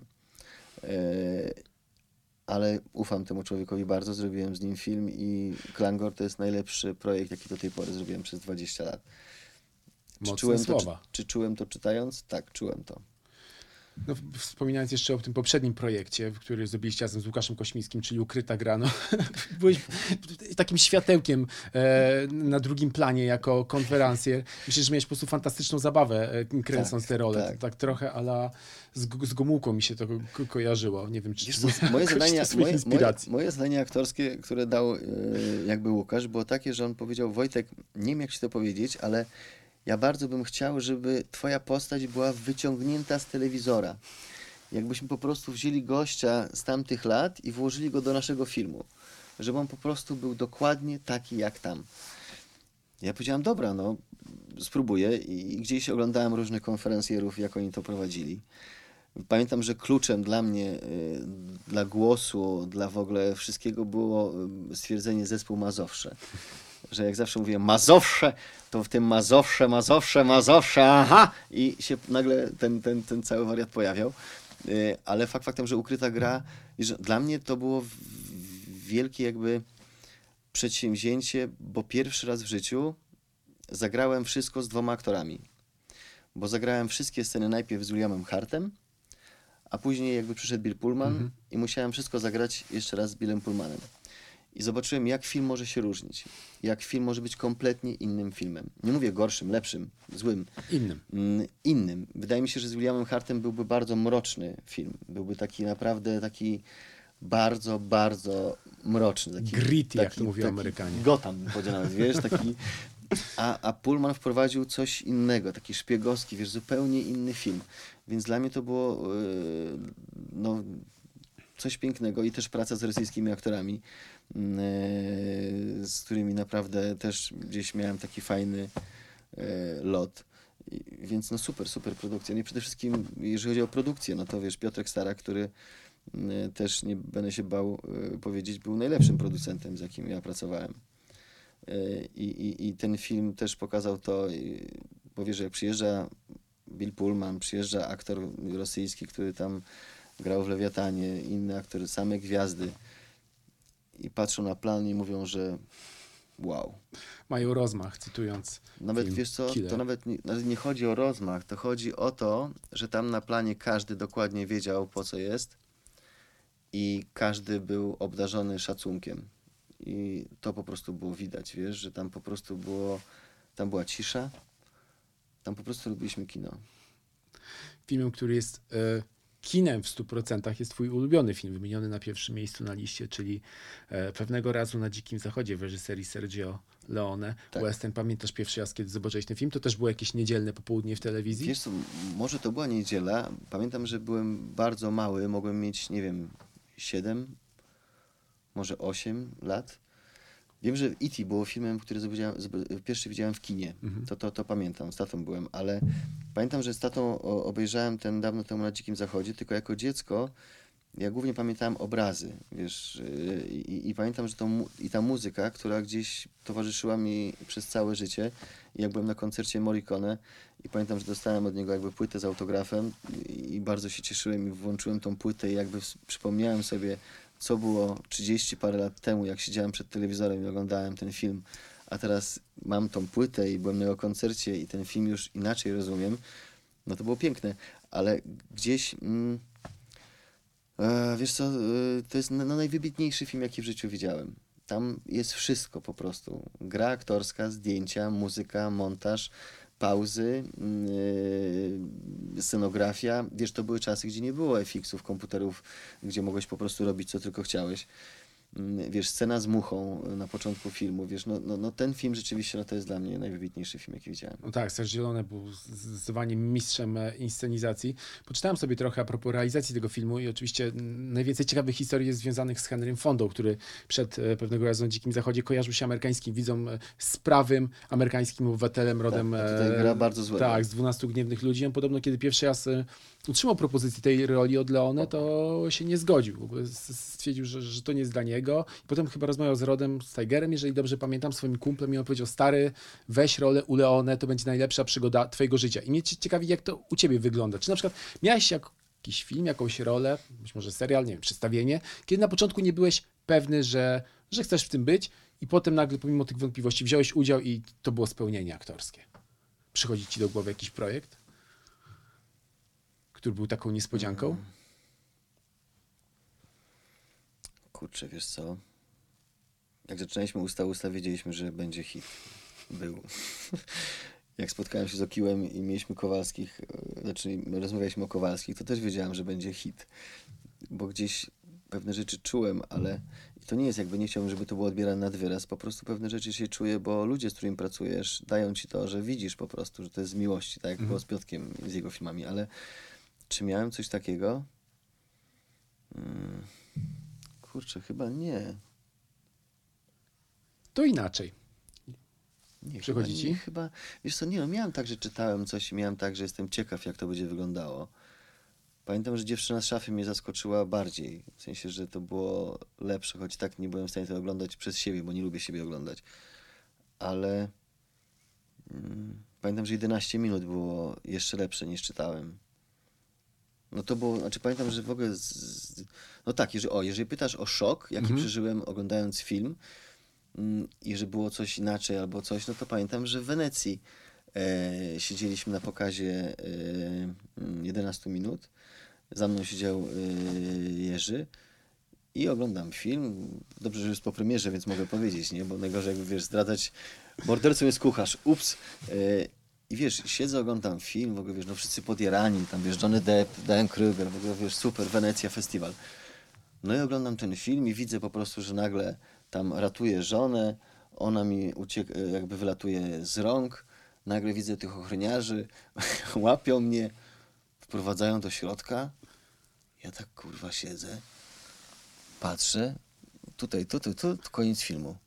Ale ufam temu człowiekowi bardzo, zrobiłem z nim film i Klangor to jest najlepszy projekt, jaki do tej pory zrobiłem przez 20 lat. Mocne słowa. Czy czułem to czytając? Tak, czułem to. No, wspominając jeszcze o tym poprzednim projekcie, który zrobiliście razem z Łukaszem Kośmickim, czyli Ukryta gra, no, byłeś takim światełkiem na drugim planie jako konferencjer. Myślę, że miałeś po prostu fantastyczną zabawę kręcąc te role. tak. Tak trochę ala z Gomułką mi się to kojarzyło. Nie wiem, czy Wiesz to co, swoich inspiracji. moje zadanie aktorskie, które dał jakby Łukasz, było takie, że on powiedział, Wojtek, nie wiem jak ci to powiedzieć, ale ja bardzo bym chciał, żeby twoja postać była wyciągnięta z telewizora. Jakbyśmy po prostu wzięli gościa z tamtych lat i włożyli go do naszego filmu. Żeby on po prostu był dokładnie taki jak tam. Ja powiedziałem, dobra, no spróbuję i gdzieś oglądałem różnych konferencjerów, jak oni to prowadzili. Pamiętam, że kluczem dla mnie, dla głosu, dla w ogóle wszystkiego było stwierdzenie zespół Mazowsze. Że jak zawsze mówiłem Mazowsze, to w tym Mazowsze, aha! I się nagle ten cały wariat pojawiał. Ale faktem, że Ukryta gra, że dla mnie to było wielkie jakby przedsięwzięcie, bo pierwszy raz w życiu zagrałem wszystko z 2 aktorami. Bo zagrałem wszystkie sceny najpierw z Williamem Hartem, a później jakby przyszedł Bill Pullman i musiałem wszystko zagrać jeszcze raz z Billem Pullmanem. I zobaczyłem, jak film może się różnić. Jak film może być kompletnie innym filmem. Nie mówię gorszym, lepszym, złym. Innym. Wydaje mi się, że z Williamem Hartem byłby bardzo mroczny film. Byłby taki naprawdę taki bardzo, bardzo mroczny. Taki, gritty, jak to mówią Amerykanie. Gotham, bym powiedział nawet, wiesz, taki... A Pullman wprowadził coś innego, taki szpiegowski, wiesz, zupełnie inny film. Więc dla mnie to było no, coś pięknego i też praca z rosyjskimi aktorami, z którymi naprawdę też gdzieś miałem taki fajny lot. Więc no super produkcja. No i przede wszystkim, jeżeli chodzi o produkcję, no to wiesz, Piotrek Stara, który też nie będę się bał powiedzieć, był najlepszym producentem, z jakim ja pracowałem. I ten film też pokazał to, bo wiesz, jak przyjeżdża Bill Pullman, przyjeżdża aktor rosyjski, który tam grał w Lewiatanie, inny aktor, same gwiazdy i patrzą na plan i mówią, że wow. Mają rozmach, cytując Nawet film wiesz co, Killer. to nawet nie chodzi o rozmach, to chodzi o to, że tam na planie każdy dokładnie wiedział, po co jest i każdy był obdarzony szacunkiem. I to po prostu było widać, wiesz, że tam po prostu tam była cisza, tam po prostu robiliśmy kino. Filmem, który jest kinem w 100% jest twój ulubiony film, wymieniony na pierwszym miejscu na liście, czyli Pewnego razu na Dzikim Zachodzie w reżyserii Sergio Leone. Tak. Western, pamiętasz pierwszy raz, kiedy zobaczyłeś ten film? To też było jakieś niedzielne popołudnie w telewizji? Wiesz co, może to była niedziela. Pamiętam, że byłem bardzo mały, mogłem mieć, nie wiem, 7, może 8 lat. Wiem, że E.T. było filmem, który pierwszy widziałem w kinie. To pamiętam, z tatą byłem, ale pamiętam, że z tatą obejrzałem ten dawno temu na Dzikim Zachodzie, tylko jako dziecko ja głównie pamiętałem obrazy, wiesz, i pamiętam, że ta muzyka, która gdzieś towarzyszyła mi przez całe życie. I jak byłem na koncercie Morricone i pamiętam, że dostałem od niego jakby płytę z autografem i bardzo się cieszyłem i włączyłem tą płytę i jakby przypomniałem sobie, co było 30 parę lat temu, jak siedziałem przed telewizorem i oglądałem ten film, a teraz mam tą płytę i byłem na jego koncercie i ten film już inaczej rozumiem, no to było piękne, ale gdzieś... wiesz co, to jest najwybitniejszy film, jaki w życiu widziałem. Tam jest wszystko po prostu. Gra aktorska, zdjęcia, muzyka, montaż, pauzy, scenografia. Wiesz, to były czasy, gdzie nie było FX-ów, komputerów, gdzie mogłeś po prostu robić, co tylko chciałeś. Wiesz, scena z muchą na początku filmu, wiesz, no ten film rzeczywiście, no to jest dla mnie najwybitniejszy film, jaki widziałem. No tak, Sergio Leone był zdecydowanie mistrzem inscenizacji. Poczytałem sobie trochę a propos realizacji tego filmu i oczywiście najwięcej ciekawych historii jest związanych z Henrym Fondą, który przed Pewnego razu na Dzikim Zachodzie kojarzył się amerykańskim widzom z prawym amerykańskim obywatelem rodem... Tak, a tutaj gra bardzo złego. Tak, z 12 gniewnych ludzi. On podobno, kiedy pierwszy raz utrzymał propozycję tej roli od Leone, to się nie zgodził. W ogóle stwierdził, że to nie jest dla niego. I potem chyba rozmawiał z Rodem Steigerem, jeżeli dobrze pamiętam, swoim kumplem i on powiedział: stary, weź rolę u Leone, to będzie najlepsza przygoda twojego życia. I mnie ciekawi, jak to u ciebie wygląda. Czy na przykład miałeś jakiś film, jakąś rolę, być może serial, nie wiem, przedstawienie, kiedy na początku nie byłeś pewny, że chcesz w tym być i potem nagle, pomimo tych wątpliwości, wziąłeś udział i to było spełnienie aktorskie. Przychodzi ci do głowy jakiś projekt, który był taką niespodzianką? Kurczę, wiesz co? Jak zaczynaliśmy usta, wiedzieliśmy, że będzie hit. Był. Jak spotkałem się z Okiłem i mieliśmy Kowalskich, znaczy rozmawialiśmy o Kowalskich, to też wiedziałem, że będzie hit. Bo gdzieś pewne rzeczy czułem, ale to nie jest jakby, nie chciałbym, żeby to było odbierane nad wyraz. Po prostu pewne rzeczy się czuje, bo ludzie, z którymi pracujesz, dają ci to, że widzisz po prostu, że to jest z miłości, tak jak było z Piotrkiem i z jego filmami. Ale czy miałem coś takiego? Kurczę, chyba nie. To inaczej. Nie, Przychodzi chyba, ci? nie, chyba, wiesz co, nie no, miałem tak, że czytałem coś i miałem tak, że jestem ciekaw, jak to będzie wyglądało. Pamiętam, że Dziewczyna z szafy mnie zaskoczyła bardziej, w sensie, że to było lepsze, choć tak nie byłem w stanie to oglądać przez siebie, bo nie lubię siebie oglądać. Ale pamiętam, że 11 minut było jeszcze lepsze niż czytałem. No to było, znaczy pamiętam, że w ogóle, no tak, jeżeli pytasz o szok, jaki przeżyłem oglądając film, i że było coś inaczej albo coś, no to pamiętam, że w Wenecji siedzieliśmy na pokazie 11 minut. Za mną siedział Jerzy i oglądam film. Dobrze, że jest po premierze, więc mogę powiedzieć, nie? Bo najgorzej jakby, wiesz, zdradzać. Mordercą jest kucharz. Ups. I wiesz, siedzę, oglądam film, w ogóle, wiesz, no wszyscy podjarani, tam, wiesz, Johnny Depp, Diane Kruger, w ogóle, wiesz, super, Wenecja, festiwal. No i oglądam ten film i widzę po prostu, że nagle tam ratuję żonę, ona mi jakby wylatuje z rąk, nagle widzę tych ochroniarzy, łapią mnie, wprowadzają do środka, ja tak kurwa siedzę, patrzę, tutaj, tu, koniec filmu.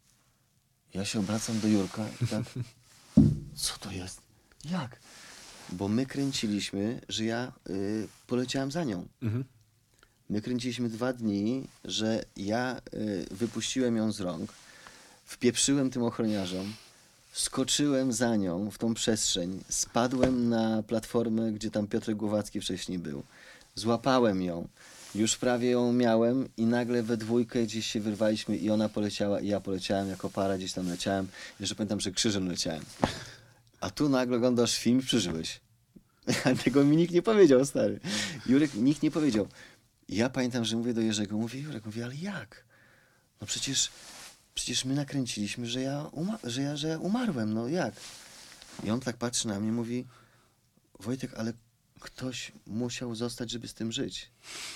Ja się obracam do Jurka i tak, co to jest? Jak? Bo my kręciliśmy, że ja poleciałem za nią. My kręciliśmy 2 dni, że ja wypuściłem ją z rąk, wpieprzyłem tym ochroniarzom, skoczyłem za nią w tą przestrzeń, spadłem na platformę, gdzie tam Piotrek Głowacki wcześniej był. Złapałem ją, już prawie ją miałem i nagle we dwójkę gdzieś się wyrwaliśmy i ona poleciała i ja poleciałem jako para, gdzieś tam leciałem. Jeszcze pamiętam, że krzyżem leciałem. A tu nagle oglądasz film i przeżyłeś. A tego mi nikt nie powiedział, stary. Jurek, nikt nie powiedział. Ja pamiętam, że mówię do Jerzego, Jurek, ale jak? No przecież my nakręciliśmy, że ja umarłem, no jak? I on tak patrzy na mnie, mówi, Wojtek, ale ktoś musiał zostać, żeby z tym żyć.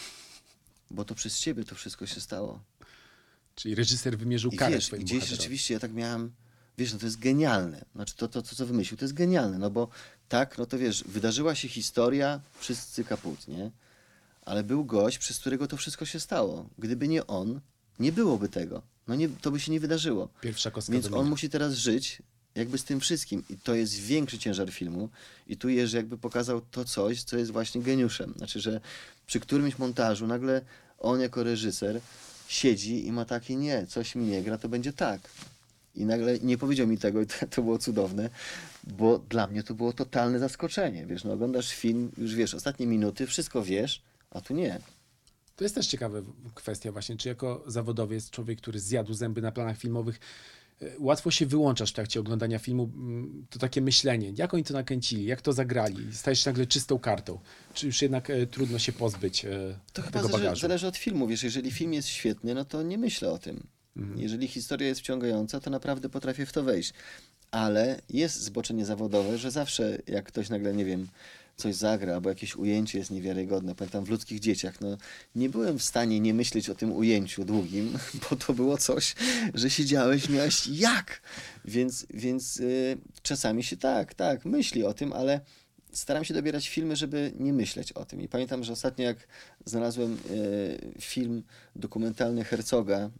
Bo to przez ciebie to wszystko się stało. Czyli reżyser wymierzył I karę wiesz, swoim gdzieś bohaterowi. rzeczywiście ja tak miałem, wiesz, no to jest genialne. Znaczy to, co wymyślił, to jest genialne, no bo tak, no to wiesz, wydarzyła się historia, wszyscy kaput, nie? Ale był gość, przez którego to wszystko się stało. Gdyby nie on, nie byłoby tego. No nie, to by się nie wydarzyło. Pierwsza kostka Więc domina. on musi teraz żyć jakby z tym wszystkim. I to jest większy ciężar filmu. I tu Jerzy jakby pokazał to coś, co jest właśnie geniuszem. Znaczy, że przy którymś montażu nagle on jako reżyser siedzi i ma takie, nie, coś mi nie gra, to będzie tak. I nagle nie powiedział mi tego i to było cudowne, bo dla mnie to było totalne zaskoczenie. Wiesz, no oglądasz film, już wiesz, ostatnie minuty, wszystko wiesz, a tu nie. To jest też ciekawa kwestia właśnie, czy jako zawodowiec, człowiek, który zjadł zęby na planach filmowych, łatwo się wyłączasz w trakcie oglądania filmu, to takie myślenie, jak oni to nakręcili, jak to zagrali, stajesz się nagle czystą kartą, czy już jednak trudno się pozbyć To chyba tego bagażu. zależy od filmu. Wiesz, jeżeli film jest świetny, no to nie myślę o tym. Mhm. Jeżeli historia jest wciągająca, to naprawdę potrafię w to wejść. Ale jest zboczenie zawodowe, że zawsze jak ktoś nagle, nie wiem, coś zagra, albo jakieś ujęcie jest niewiarygodne. Pamiętam w Ludzkich dzieciach, no nie byłem w stanie nie myśleć o tym ujęciu długim, bo to było coś, że siedziałeś, miałeś jak? Więc czasami się tak, myśli o tym, ale staram się dobierać filmy, żeby nie myśleć o tym. I pamiętam, że ostatnio jak znalazłem film dokumentalny Herzoga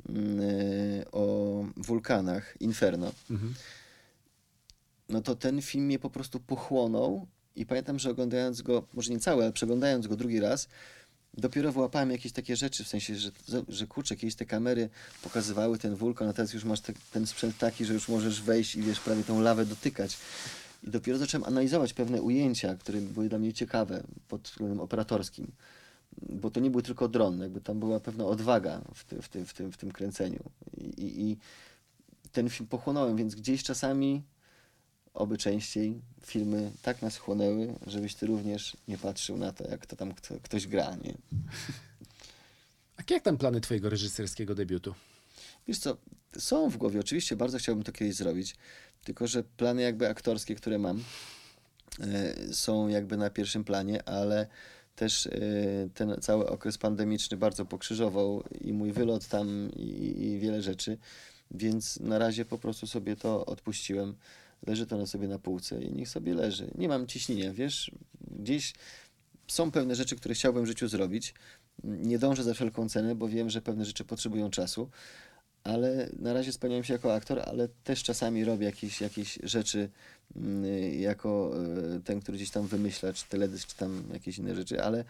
o wulkanach, Inferno, Mhm. no to ten film mnie po prostu pochłonął i pamiętam, że oglądając go, może nie cały, ale przeglądając go drugi raz, dopiero wyłapałem jakieś takie rzeczy, w sensie, że kurczę, kiedyś te kamery pokazywały ten wulkan, a teraz już masz ten sprzęt taki, że już możesz wejść i wiesz, prawie tą lawę dotykać. I dopiero zacząłem analizować pewne ujęcia, które były dla mnie ciekawe pod względem operatorskim. Bo to nie był tylko dron, jakby tam była pewna odwaga w tym kręceniu. I ten film pochłonąłem, więc gdzieś czasami, oby częściej, filmy tak nas chłonęły, żebyś ty również nie patrzył na to, jak to tam ktoś gra, nie? A jak tam plany twojego reżyserskiego debiutu? Wiesz co, są w głowie, oczywiście bardzo chciałbym to kiedyś zrobić, tylko że plany jakby aktorskie, które mam, są jakby na pierwszym planie, ale też ten cały okres pandemiczny bardzo pokrzyżował i mój wylot tam i wiele rzeczy, więc na razie po prostu sobie to odpuściłem. Leży to na sobie na półce i niech sobie leży. Nie mam ciśnienia, wiesz, gdzieś są pewne rzeczy, które chciałbym w życiu zrobić. Nie dążę za wszelką cenę, bo wiem, że pewne rzeczy potrzebują czasu, ale na razie spełniam się jako aktor, ale też czasami robię jakieś rzeczy jako ten, który gdzieś tam wymyśla, czy teledysk, czy tam jakieś inne rzeczy, ale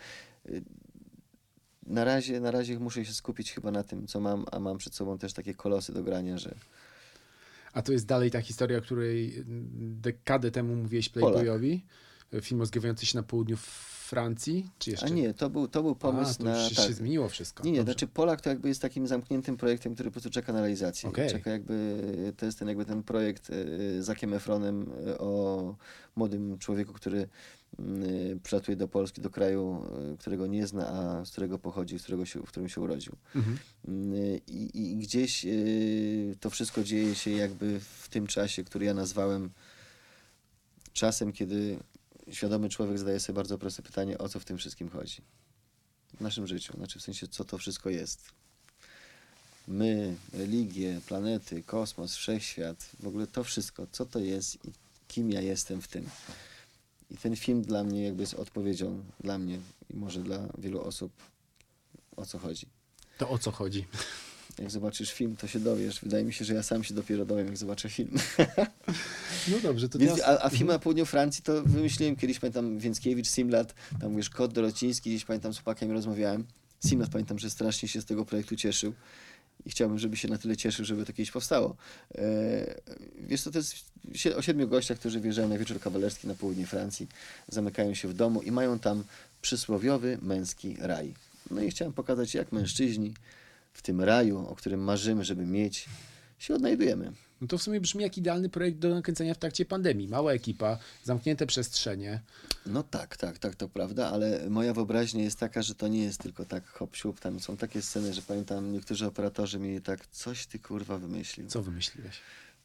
na razie muszę się skupić chyba na tym, co mam, a mam przed sobą też takie kolosy do grania, że A to jest dalej ta historia, o której dekadę temu mówiłeś Playboyowi? Film rozgrywający się na południu Francji? Czy jeszcze? A nie, to był pomysł to na... już się zmieniło wszystko. Nie, Dobrze. znaczy Polak to jakby jest takim zamkniętym projektem, który po prostu czeka na realizację. Okej. Czeka jakby, to jest ten projekt z Zackiem Efronem o młodym człowieku, który przylatuje do Polski, do kraju, którego nie zna, a z którego pochodzi, w którym się urodził. Mhm. I gdzieś to wszystko dzieje się jakby w tym czasie, który ja nazwałem czasem, kiedy świadomy człowiek zadaje sobie bardzo proste pytanie, o co w tym wszystkim chodzi. W naszym życiu, znaczy w sensie, co to wszystko jest. My, religie, planety, kosmos, wszechświat, w ogóle to wszystko, co to jest i kim ja jestem w tym. I ten film dla mnie jakby jest odpowiedzią dla mnie i może dla wielu osób, o co chodzi. To o co chodzi? Jak zobaczysz film, to się dowiesz. Wydaje mi się, że ja sam się dopiero dowiem, jak zobaczę film. No dobrze, to Więc, teraz... a film na południu Francji to wymyśliłem kiedyś, pamiętam, Więckiewicz, Simlat, tam wiesz, Kot Dorociński, gdzieś pamiętam, z chłopakami rozmawiałem. Simlat pamiętam, że strasznie się z tego projektu cieszył i chciałbym, żeby się na tyle cieszył, żeby to kiedyś powstało. Wiesz co, to jest o 7 gościach, którzy wjeżdżają na wieczór kawalerski na południe Francji, zamykają się w domu i mają tam przysłowiowy męski raj. No i chciałem pokazać, jak mężczyźni w tym raju, o którym marzymy, żeby mieć, się odnajdujemy. No to w sumie brzmi jak idealny projekt do nakręcenia w trakcie pandemii. Mała ekipa, zamknięte przestrzenie. No tak, to prawda, ale moja wyobraźnia jest taka, że to nie jest tylko tak hop siup, tam są takie sceny, że pamiętam, niektórzy operatorzy mieli tak, coś ty kurwa wymyślił. Co wymyśliłeś?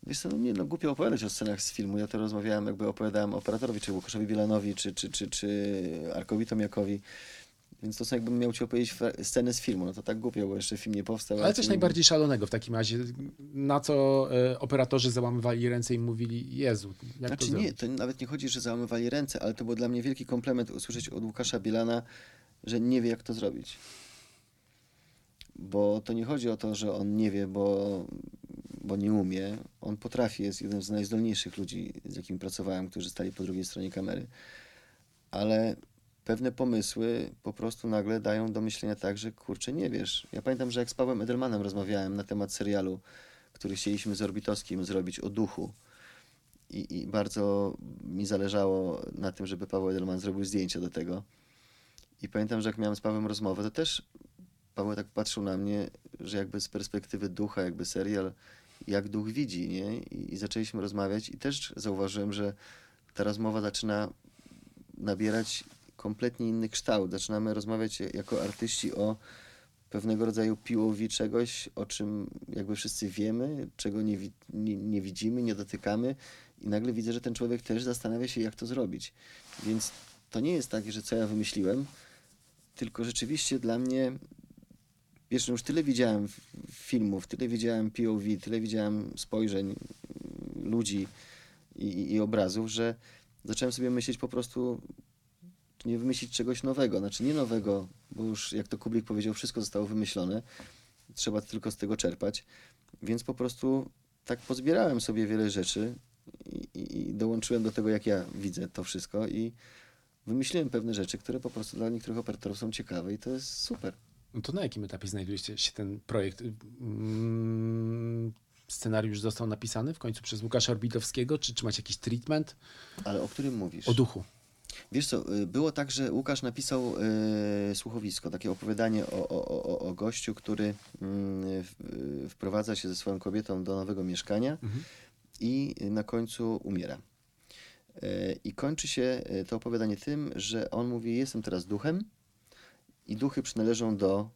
Wiesz co, no nie, no głupio opowiadać o scenach z filmu. Ja to rozmawiałem, jakby opowiadałem operatorowi, czy Łukaszowi Bielanowi, czy Arkowi Tomiakowi. Więc to są jakbym miał ci opowiedzieć sceny z filmu. No to tak głupio, bo jeszcze film nie powstał. Ale coś najbardziej szalonego w takim razie, na co operatorzy załamywali ręce i mówili, Jezu, jak Znaczy to nie, zrobić? to nawet nie chodzi, że załamywali ręce, ale to był dla mnie wielki komplement usłyszeć od Łukasza Bielana, że nie wie, jak to zrobić. Bo to nie chodzi o to, że on nie wie, bo nie umie. On potrafi, jest jednym z najzdolniejszych ludzi, z jakimi pracowałem, którzy stali po drugiej stronie kamery. Ale pewne pomysły po prostu nagle dają do myślenia tak, że kurczę, nie wiesz. Ja pamiętam, że jak z Pawłem Edelmanem rozmawiałem na temat serialu, który chcieliśmy z Orbitowskim zrobić o duchu. I bardzo mi zależało na tym, żeby Paweł Edelman zrobił zdjęcia do tego. I pamiętam, że jak miałem z Pawłem rozmowę, to też Paweł tak patrzył na mnie, że jakby z perspektywy ducha, jakby serial, jak duch widzi, nie? I zaczęliśmy rozmawiać i też zauważyłem, że ta rozmowa zaczyna nabierać kompletnie inny kształt. Zaczynamy rozmawiać jako artyści o pewnego rodzaju POV czegoś, o czym jakby wszyscy wiemy, czego nie widzimy, nie dotykamy i nagle widzę, że ten człowiek też zastanawia się, jak to zrobić. Więc to nie jest tak, że co ja wymyśliłem, tylko rzeczywiście dla mnie, wiesz, no już tyle widziałem filmów, tyle widziałem POV, tyle widziałem spojrzeń ludzi i obrazów, że zacząłem sobie myśleć po prostu, czy nie wymyślić czegoś nowego. Znaczy nie nowego, bo już jak to Kubrick powiedział, wszystko zostało wymyślone. Trzeba tylko z tego czerpać. Więc po prostu tak pozbierałem sobie wiele rzeczy i dołączyłem do tego, jak ja widzę to wszystko i wymyśliłem pewne rzeczy, które po prostu dla niektórych operatorów są ciekawe i to jest super. No to na jakim etapie znajduje się ten projekt? Scenariusz został napisany w końcu przez Łukasza Orbitowskiego, czy macie jakiś treatment? Ale o którym mówisz? O duchu. Wiesz co, było tak, że Łukasz napisał słuchowisko, takie opowiadanie o gościu, który wprowadza się ze swoją kobietą do nowego mieszkania i na końcu umiera. I kończy się to opowiadanie tym, że on mówi, jestem teraz duchem i duchy przynależą do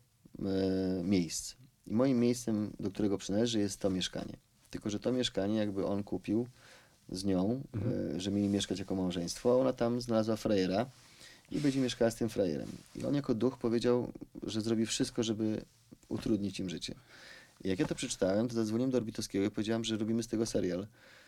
miejsc. I moim miejscem, do którego przynależy, jest to mieszkanie. Tylko że to mieszkanie jakby on kupił z nią, że mieli mieszkać jako małżeństwo, a ona tam znalazła frajera i będzie mieszkała z tym frajerem. I on jako duch powiedział, że zrobi wszystko, żeby utrudnić im życie. I jak ja to przeczytałem, to zadzwoniłem do Orbitowskiego i powiedziałem, że robimy z tego serial.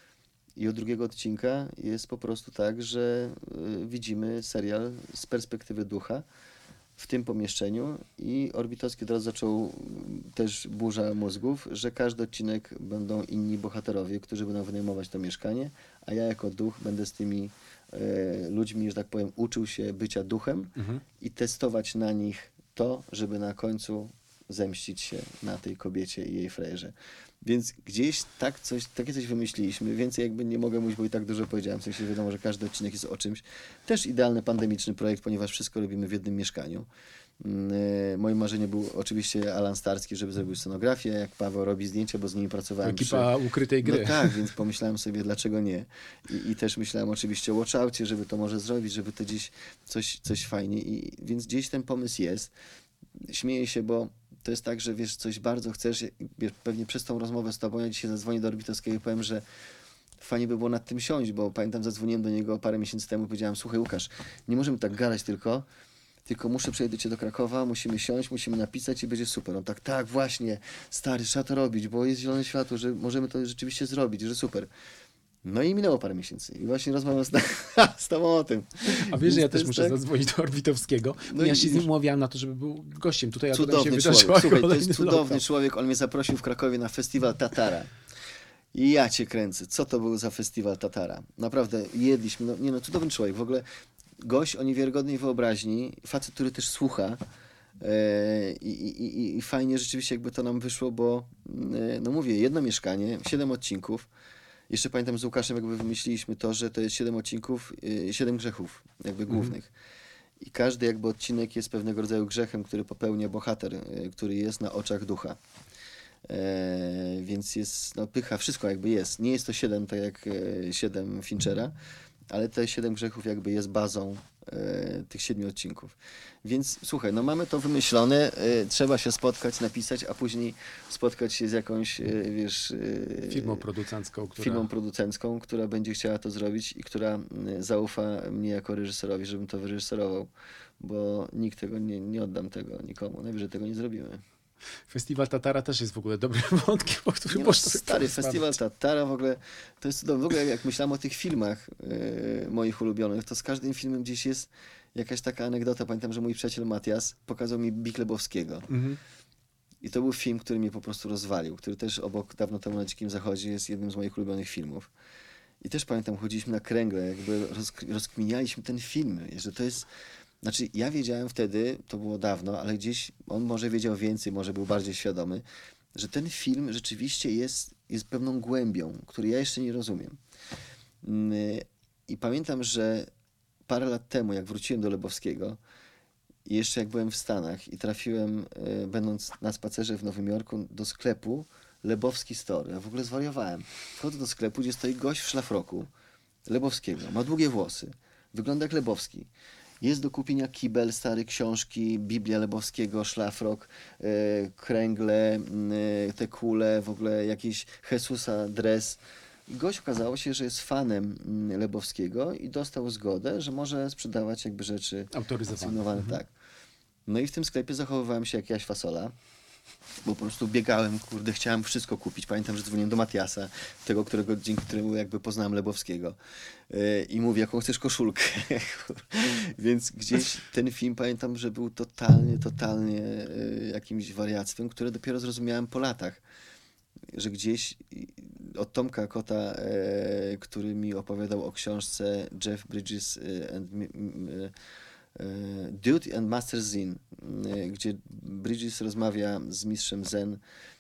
I od drugiego odcinka jest po prostu tak, że widzimy serial z perspektywy ducha w tym pomieszczeniu i Orbitowski od razu zaczął też burza mózgów, że każdy odcinek będą inni bohaterowie, którzy będą wynajmować to mieszkanie, a ja jako duch będę z tymi ludźmi, że tak powiem, uczył się bycia duchem i testować na nich to, żeby na końcu zemścić się na tej kobiecie i jej frajerze. Więc gdzieś takie coś wymyśliliśmy. Więcej jakby nie mogę mówić, bo i tak dużo powiedziałem. W sensie wiadomo, że każdy odcinek jest o czymś. Też idealny pandemiczny projekt, ponieważ wszystko robimy w jednym mieszkaniu. Moim marzeniem był oczywiście Alan Starski, żeby zrobił scenografię, jak Paweł robi zdjęcia, bo z nimi pracowałem. Ekipa ukrytej gry. No tak, więc pomyślałem sobie, dlaczego nie. I też myślałem oczywiście o watchoutie, żeby to może zrobić, żeby to gdzieś coś fajnie. Więc gdzieś ten pomysł jest. Śmieję się, bo to jest tak, że wiesz, coś bardzo chcesz, wiesz, pewnie przez tą rozmowę z tobą, ja dzisiaj zadzwonię do Orbitowskiego i powiem, że fajnie by było nad tym siąść, bo pamiętam, zadzwoniłem do niego parę miesięcy temu i powiedziałem, słuchaj Łukasz, nie możemy tak gadać tylko muszę przejść do Krakowa, musimy siąść, musimy napisać i będzie super. On tak, właśnie, stary, trzeba to robić, bo jest zielone światło, że możemy to rzeczywiście zrobić, że super. No i minęło parę miesięcy i właśnie rozmawiam z tobą o tym. A wiesz, że ja też jest muszę zadzwonić do Orbitowskiego. No Ja i się z nim widzisz. umawiałem na to, żeby był gościem. Tutaj akurat się Cudowny wydarzyła człowiek. Słuchaj, to kolejny jest cudowny lokal. człowiek. On mnie zaprosił w Krakowie na festiwal Tatara. I ja cię kręcę. Co to był za festiwal Tatara? Naprawdę, jedliśmy. No, cudowny człowiek. W ogóle gość o niewiarygodnej wyobraźni. Facet, który też słucha. I fajnie rzeczywiście jakby to nam wyszło, bo no mówię, jedno mieszkanie, 7 odcinków. Jeszcze pamiętam z Łukaszem jakby wymyśliliśmy to, że to jest 7 odcinków, 7 grzechów jakby głównych. I każdy jakby odcinek jest pewnego rodzaju grzechem, który popełnia bohater, który jest na oczach ducha. Więc jest, no pycha, wszystko jakby jest. Nie jest to 7, tak jak 7 Finchera, ale te 7 grzechów jakby jest bazą tych 7 odcinków. Więc słuchaj, no mamy to wymyślone, trzeba się spotkać, napisać, a później spotkać się z jakąś, wiesz... Firmą producencką, która będzie chciała to zrobić i która zaufa mnie jako reżyserowi, żebym to wyreżyserował, bo nikt tego nie oddam tego nikomu, najwyżej tego nie zrobimy. Festiwal Tatara też jest w ogóle dobrym wątkiem, o którym Nie, no, można stary porozmawiać. Festiwal Tatara w ogóle, to jest cudowne. W ogóle jak myślałem o tych filmach moich ulubionych, to z każdym filmem gdzieś jest jakaś taka anegdota. Pamiętam, że mój przyjaciel Matias pokazał mi Big Lebowskiego. Mhm. I to był film, który mnie po prostu rozwalił, który też obok Dawno temu na Dzikim Zachodzie jest jednym z moich ulubionych filmów. I też pamiętam, chodziliśmy na kręgle, jakby rozkminialiśmy ten film, że to jest... Znaczy, ja wiedziałem wtedy, to było dawno, ale gdzieś on może wiedział więcej, może był bardziej świadomy, że ten film rzeczywiście jest pewną głębią, której ja jeszcze nie rozumiem. I pamiętam, że parę lat temu, jak wróciłem do Lebowskiego, i jeszcze jak byłem w Stanach i trafiłem, będąc na spacerze w Nowym Jorku, do sklepu Lebowski Store. Ja w ogóle zwariowałem. Wchodzę do sklepu, gdzie stoi gość w szlafroku Lebowskiego. Ma długie włosy. Wygląda jak Lebowski. Jest do kupienia kibel, stare książki, Biblia Lebowskiego, szlafrok, kręgle, te kule, w ogóle jakiś Jezusa dres. I gość okazało się, że jest fanem Lebowskiego i dostał zgodę, że może sprzedawać jakby rzeczy Autoryzowane. tak. No i w tym sklepie zachowywałem się jak Jaś Fasola, bo po prostu biegałem, kurde, chciałem wszystko kupić. Pamiętam, że dzwoniłem do Matiasa, tego, dzięki któremu jakby poznałem Lebowskiego. I mówię, jaką chcesz koszulkę. Więc gdzieś ten film, pamiętam, że był totalnie jakimś wariactwem, które dopiero zrozumiałem po latach. Że gdzieś od Tomka Kota, który mi opowiadał o książce Jeff Bridges Dude and Master Zen, gdzie Bridges rozmawia z mistrzem Zen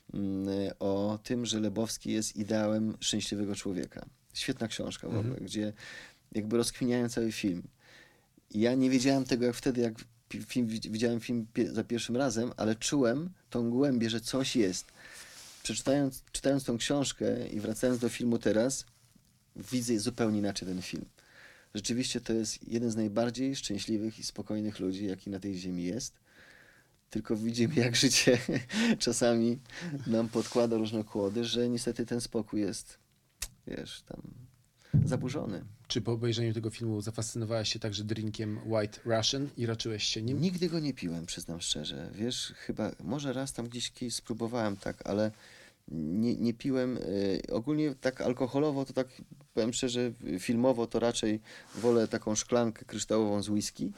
o tym, że Lebowski jest ideałem szczęśliwego człowieka. Świetna książka w ogóle, gdzie jakby rozkminiają cały film. I ja nie wiedziałem tego jak wtedy, jak widziałem film za pierwszym razem, ale czułem tą głębię, że coś jest. Czytając tą książkę i wracając do filmu teraz, widzę zupełnie inaczej ten film. Rzeczywiście to jest jeden z najbardziej szczęśliwych i spokojnych ludzi, jaki na tej ziemi jest. Tylko widzimy, jak życie czasami nam podkłada różne kłody, że niestety ten spokój jest, wiesz, tam zaburzony. Czy po obejrzeniu tego filmu zafascynowałaś się także drinkiem White Russian i raczyłeś się nim? Nigdy go nie piłem, przyznam szczerze. Wiesz, chyba, może raz tam gdzieś spróbowałem, tak, ale nie piłem. Ogólnie tak alkoholowo, to tak powiem szczerze, filmowo to raczej wolę taką szklankę kryształową z whisky,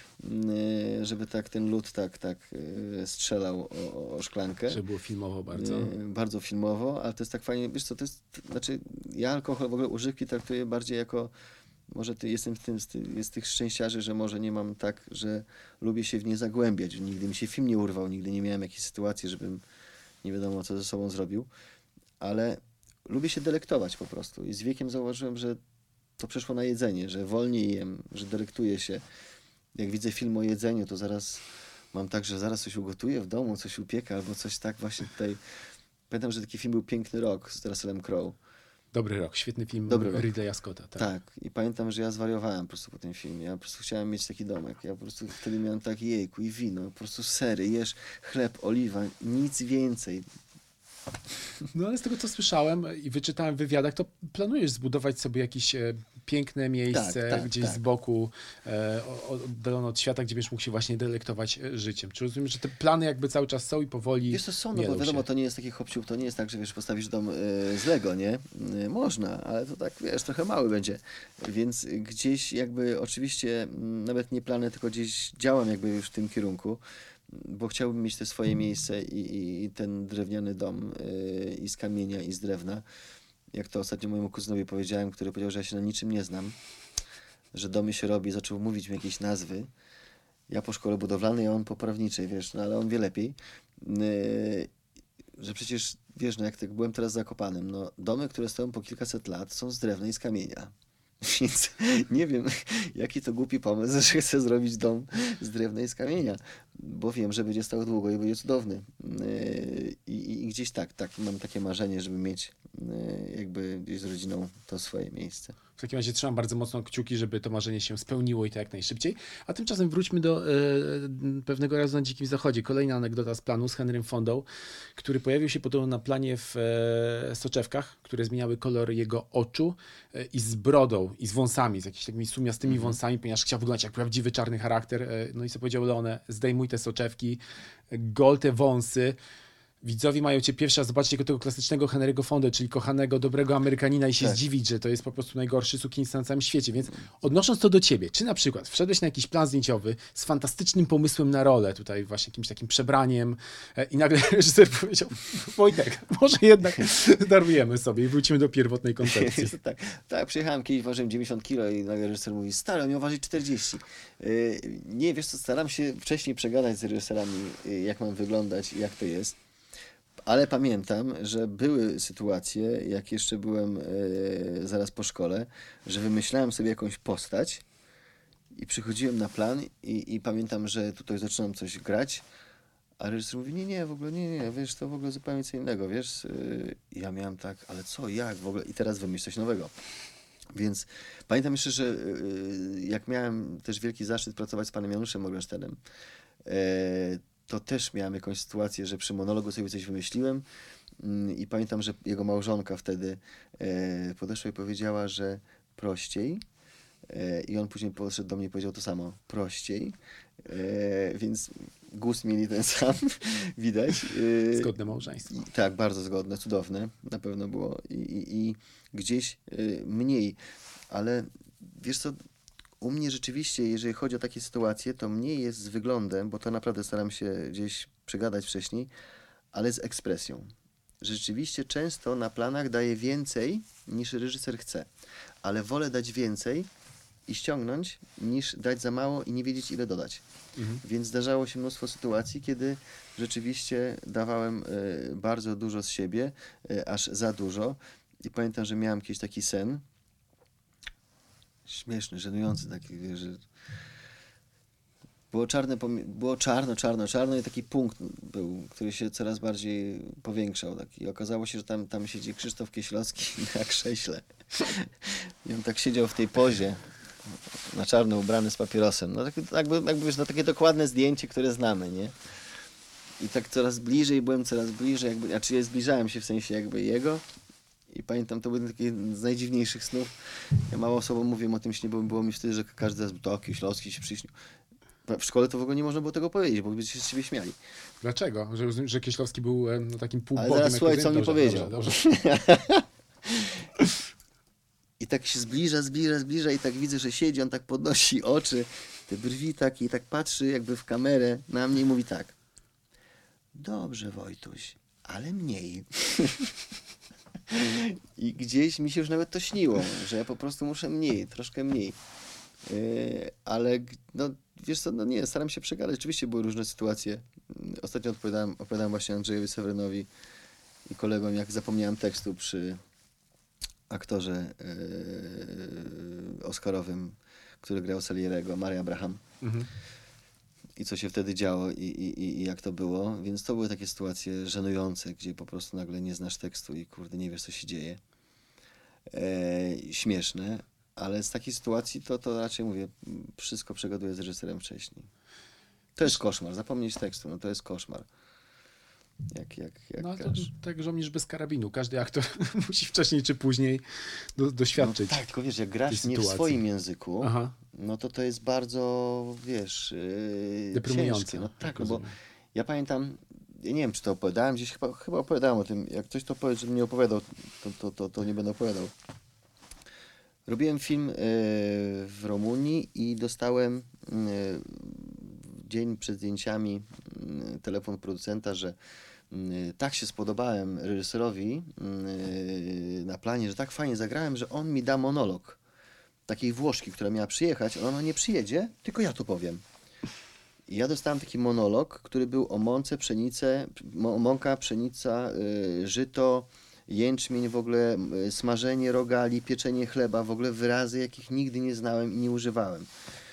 żeby tak ten lód tak strzelał o szklankę. Żeby było filmowo bardzo. Bardzo filmowo, ale to jest tak fajnie, wiesz co, to jest, znaczy ja alkohol, w ogóle używki traktuję bardziej jako, może jestem z tych szczęściarzy, że może nie mam tak, że lubię się w nie zagłębiać. Nigdy mi się film nie urwał, nigdy nie miałem jakiejś sytuacji, żebym nie wiadomo co ze sobą zrobił, ale lubię się delektować po prostu i z wiekiem zauważyłem, że to przeszło na jedzenie, że wolniej jem, że delektuję się. Jak widzę film o jedzeniu, to zaraz mam tak, że zaraz coś ugotuję w domu, coś upiekę albo coś tak właśnie tutaj. Pamiętam, że taki film był Piękny Rok z Russellem Crowe. Dobry rok, świetny film Ridleya Scotta. Tak, i pamiętam, że ja zwariowałem po prostu po tym filmie. Ja po prostu chciałem mieć taki domek. Ja po prostu wtedy miałem taki jejku i wino, po prostu sery, jesz chleb, oliwa, nic więcej. No ale z tego, co słyszałem i wyczytałem w wywiadach, to planujesz zbudować sobie jakieś piękne miejsce gdzieś z boku, oddalone od świata, gdzie będziesz mógł się właśnie delektować życiem. Czy rozumiesz, że te plany jakby cały czas są i powoli wiesz, to są, no bo wiadomo, to nie jest taki hop-siup, to nie jest tak, że wiesz, postawisz dom z Lego, nie? Można, ale to tak, wiesz, trochę mały będzie. Więc gdzieś jakby oczywiście nawet nie plany, tylko gdzieś działam jakby już w tym kierunku, bo chciałbym mieć te swoje miejsce i ten drewniany dom i z kamienia, i z drewna. Jak to ostatnio mojemu kuzynowi powiedziałem, który powiedział, że ja się na niczym nie znam, że domy się robi, zaczął mówić mi jakieś nazwy. Ja po szkole budowlanej, a on po prawniczej, wiesz, no ale on wie lepiej. Że przecież, wiesz, no jak tak byłem teraz Zakopanem, no domy, które stoją po kilkaset lat, są z drewna i z kamienia. Więc nie wiem, jaki to głupi pomysł, że chcę zrobić dom z drewna i z kamienia. bo wiem, że będzie stał długo i będzie cudowny. I gdzieś tak, mam takie marzenie, żeby mieć jakby gdzieś z rodziną to swoje miejsce. W takim razie trzymam bardzo mocno kciuki, żeby to marzenie się spełniło i to jak najszybciej. A tymczasem wróćmy do pewnego razu na Dzikim Zachodzie. Kolejna anegdota z planu z Henrym Fondą, który pojawił się podobno na planie w soczewkach, które zmieniały kolor jego oczu i z brodą, i z wąsami, z jakimiś takimi sumiastymi wąsami, ponieważ chciał wyglądać jak prawdziwy czarny charakter. No i co powiedział Leone, zdejmuj te soczewki, gol te wąsy. Widzowie mają cię pierwszy raz zobaczyć jako tego klasycznego Henry'ego Fondę, czyli kochanego, dobrego Amerykanina i się zdziwić, że to jest po prostu najgorszy sukienista na całym świecie. Więc odnosząc to do ciebie, czy na przykład wszedłeś na jakiś plan zdjęciowy z fantastycznym pomysłem na rolę, tutaj właśnie jakimś takim przebraniem i nagle reżyser powiedział, Wojtek, może jednak darujemy sobie i wrócimy do pierwotnej koncepcji. Tak, przyjechałem kiedyś, ważyłem 90 kg i nagle reżyser mówi, stary, miał ważyć 40. Nie, wiesz co, staram się wcześniej przegadać z reżyserami, jak mam wyglądać i jak to jest. Ale pamiętam, że były sytuacje, jak jeszcze byłem zaraz po szkole, że wymyślałem sobie jakąś postać i przychodziłem na plan i pamiętam, że tutaj zaczynam coś grać, a reżyser mówi, nie, w ogóle nie, wiesz, to w ogóle zupełnie co innego, wiesz. I ja miałem tak, ale co, jak w ogóle? I teraz wymyśl coś nowego. Więc pamiętam jeszcze, że jak miałem też wielki zaszczyt pracować z panem Januszem Morgensternem, to też miałem jakąś sytuację, że przy monologu sobie coś wymyśliłem i pamiętam, że jego małżonka wtedy podeszła i powiedziała, że prościej. I on później podszedł do mnie i powiedział to samo, prościej. Więc gust mieli ten sam, widać. Zgodne małżeństwo. Tak, bardzo zgodne, cudowne na pewno było. I gdzieś mniej. Ale wiesz co, u mnie rzeczywiście, jeżeli chodzi o takie sytuacje, to mniej jest z wyglądem, bo to naprawdę staram się gdzieś przegadać wcześniej, ale z ekspresją. Rzeczywiście często na planach daję więcej, niż reżyser chce, ale wolę dać więcej i ściągnąć, niż dać za mało i nie wiedzieć, ile dodać. Więc zdarzało się mnóstwo sytuacji, kiedy rzeczywiście dawałem bardzo dużo z siebie, aż za dużo. I pamiętam, że miałem jakiś taki sen, śmieszny, żenujący taki, że było czarno i taki punkt był, który się coraz bardziej powiększał. I okazało się, że tam siedzi Krzysztof Kieślowski na krześle. I on tak siedział w tej pozie, na czarno ubrany z papierosem. No jakby wiesz, no takie dokładne zdjęcie, które znamy, nie? I tak byłem coraz bliżej, ja zbliżałem się w sensie jakby jego. I pamiętam, to był taki z najdziwniejszych snów. Ja mało osobom mówię o tym śnie, bo było mi wtedy, że każdy raz to Kieślowski się przyśnił. W szkole to w ogóle nie można było tego powiedzieć, bo by się z siebie śmiali. Dlaczego? Że Kieślowski był no, takim półbogiem. Ale zaraz słuchaj, co on mi powiedział. Dobrze. I tak się zbliża i tak widzę, że siedzi, on tak podnosi oczy, te brwi takie i tak patrzy jakby w kamerę na mnie i mówi tak. Dobrze, Wojtuś, ale mniej. I gdzieś mi się już nawet to śniło, że ja po prostu muszę troszkę mniej. Ale no, wiesz co, no nie, staram się przegadać. Oczywiście były różne sytuacje. Ostatnio opowiadałem właśnie Andrzejowi Sewerynowi i kolegom, jak zapomniałem tekstu przy aktorze oscarowym, który grał Salieriego, Mary Abraham. I co się wtedy działo i jak to było. Więc to były takie sytuacje żenujące, gdzie po prostu nagle nie znasz tekstu i kurde, nie wiesz, co się dzieje. Śmieszne, ale z takiej sytuacji to raczej mówię, wszystko przegaduję z reżyserem wcześniej. To jest koszmar. Zapomnieć tekstu, no to jest koszmar. Jak no to tak żołnierz bez karabinu. Każdy aktor musi wcześniej czy później doświadczyć. No tak, tylko wiesz, jak grasz nie w swoim języku, no to jest bardzo, wiesz, deprymujące. Ciężkie. No tak, no bo ja pamiętam, ja nie wiem, czy to opowiadałem gdzieś, chyba opowiadałem o tym. Jak ktoś to powie, żebym nie opowiadał, to nie będę opowiadał. Robiłem film w Rumunii i dostałem dzień przed zdjęciami telefon producenta, że tak się spodobałem reżyserowi na planie, że tak fajnie zagrałem, że on mi da monolog takiej Włoszki, która miała przyjechać. Ona nie przyjedzie, tylko ja to powiem. I ja dostałem taki monolog, który był o mące, mąka, pszenica, żyto, jęczmień, w ogóle smażenie rogali, pieczenie chleba, w ogóle wyrazy, jakich nigdy nie znałem i nie używałem.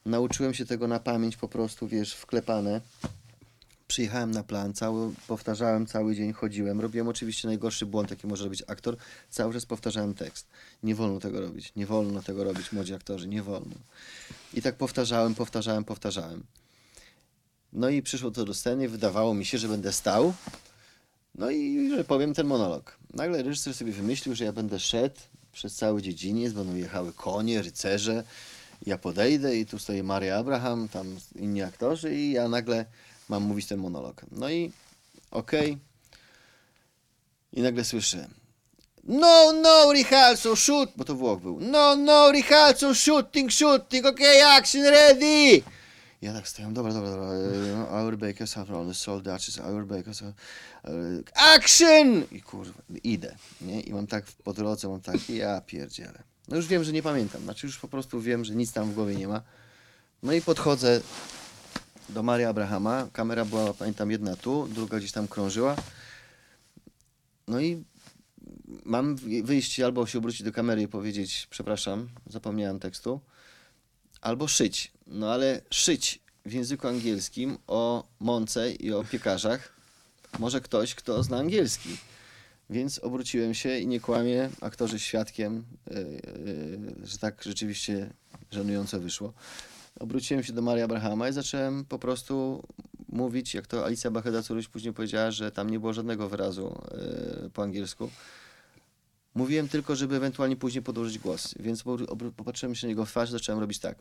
nauczyłem się tego na pamięć po prostu, wiesz, wklepane. Przyjechałem na plan, powtarzałem cały dzień, chodziłem. Robiłem oczywiście najgorszy błąd, jaki może robić aktor. Cały czas powtarzałem tekst. Nie wolno tego robić. Nie wolno tego robić, młodzi aktorzy. Nie wolno. I tak powtarzałem. No i przyszło to do sceny. Wydawało mi się, że będę stał. No i że powiem ten monolog. Nagle reżyser sobie wymyślił, że ja będę szedł przez cały dziedziniec. Będą jechały konie, rycerze. Ja podejdę i tu stoi Maria Abraham, tam inni aktorzy i ja nagle mam mówić ten monolog. No i okej. I nagle słyszę no, rehearsal, shoot, bo to Włoch był. No, rehearsal, shooting, action, ready! Ja tak stoję, dobra. Our bakers have on the soldiers, our bakers have... Action! I kurwa, idę, nie? I mam tak po drodze, ja pierdzielę. No już wiem, że nie pamiętam, znaczy już po prostu wiem, że nic tam w głowie nie ma. No i podchodzę do Marii Abrahama, kamera była, pamiętam, jedna tu, druga gdzieś tam krążyła. No i mam wyjść albo się obrócić do kamery i powiedzieć, przepraszam, zapomniałem tekstu, albo szyć. No ale szyć w języku angielskim o mące i o piekarzach może ktoś, kto zna angielski. Więc obróciłem się i nie kłamię, aktorzy świadkiem, że tak rzeczywiście żenująco wyszło. Obróciłem się do Marii Abrahama i zacząłem po prostu mówić, jak to Alicja Bacheda-Curuś później powiedziała, że tam nie było żadnego wyrazu po angielsku. Mówiłem tylko, żeby ewentualnie później podłożyć głos, więc popatrzyłem się na niego w twarz, zacząłem robić tak.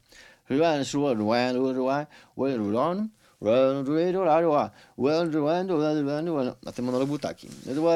A ten monolog był taki.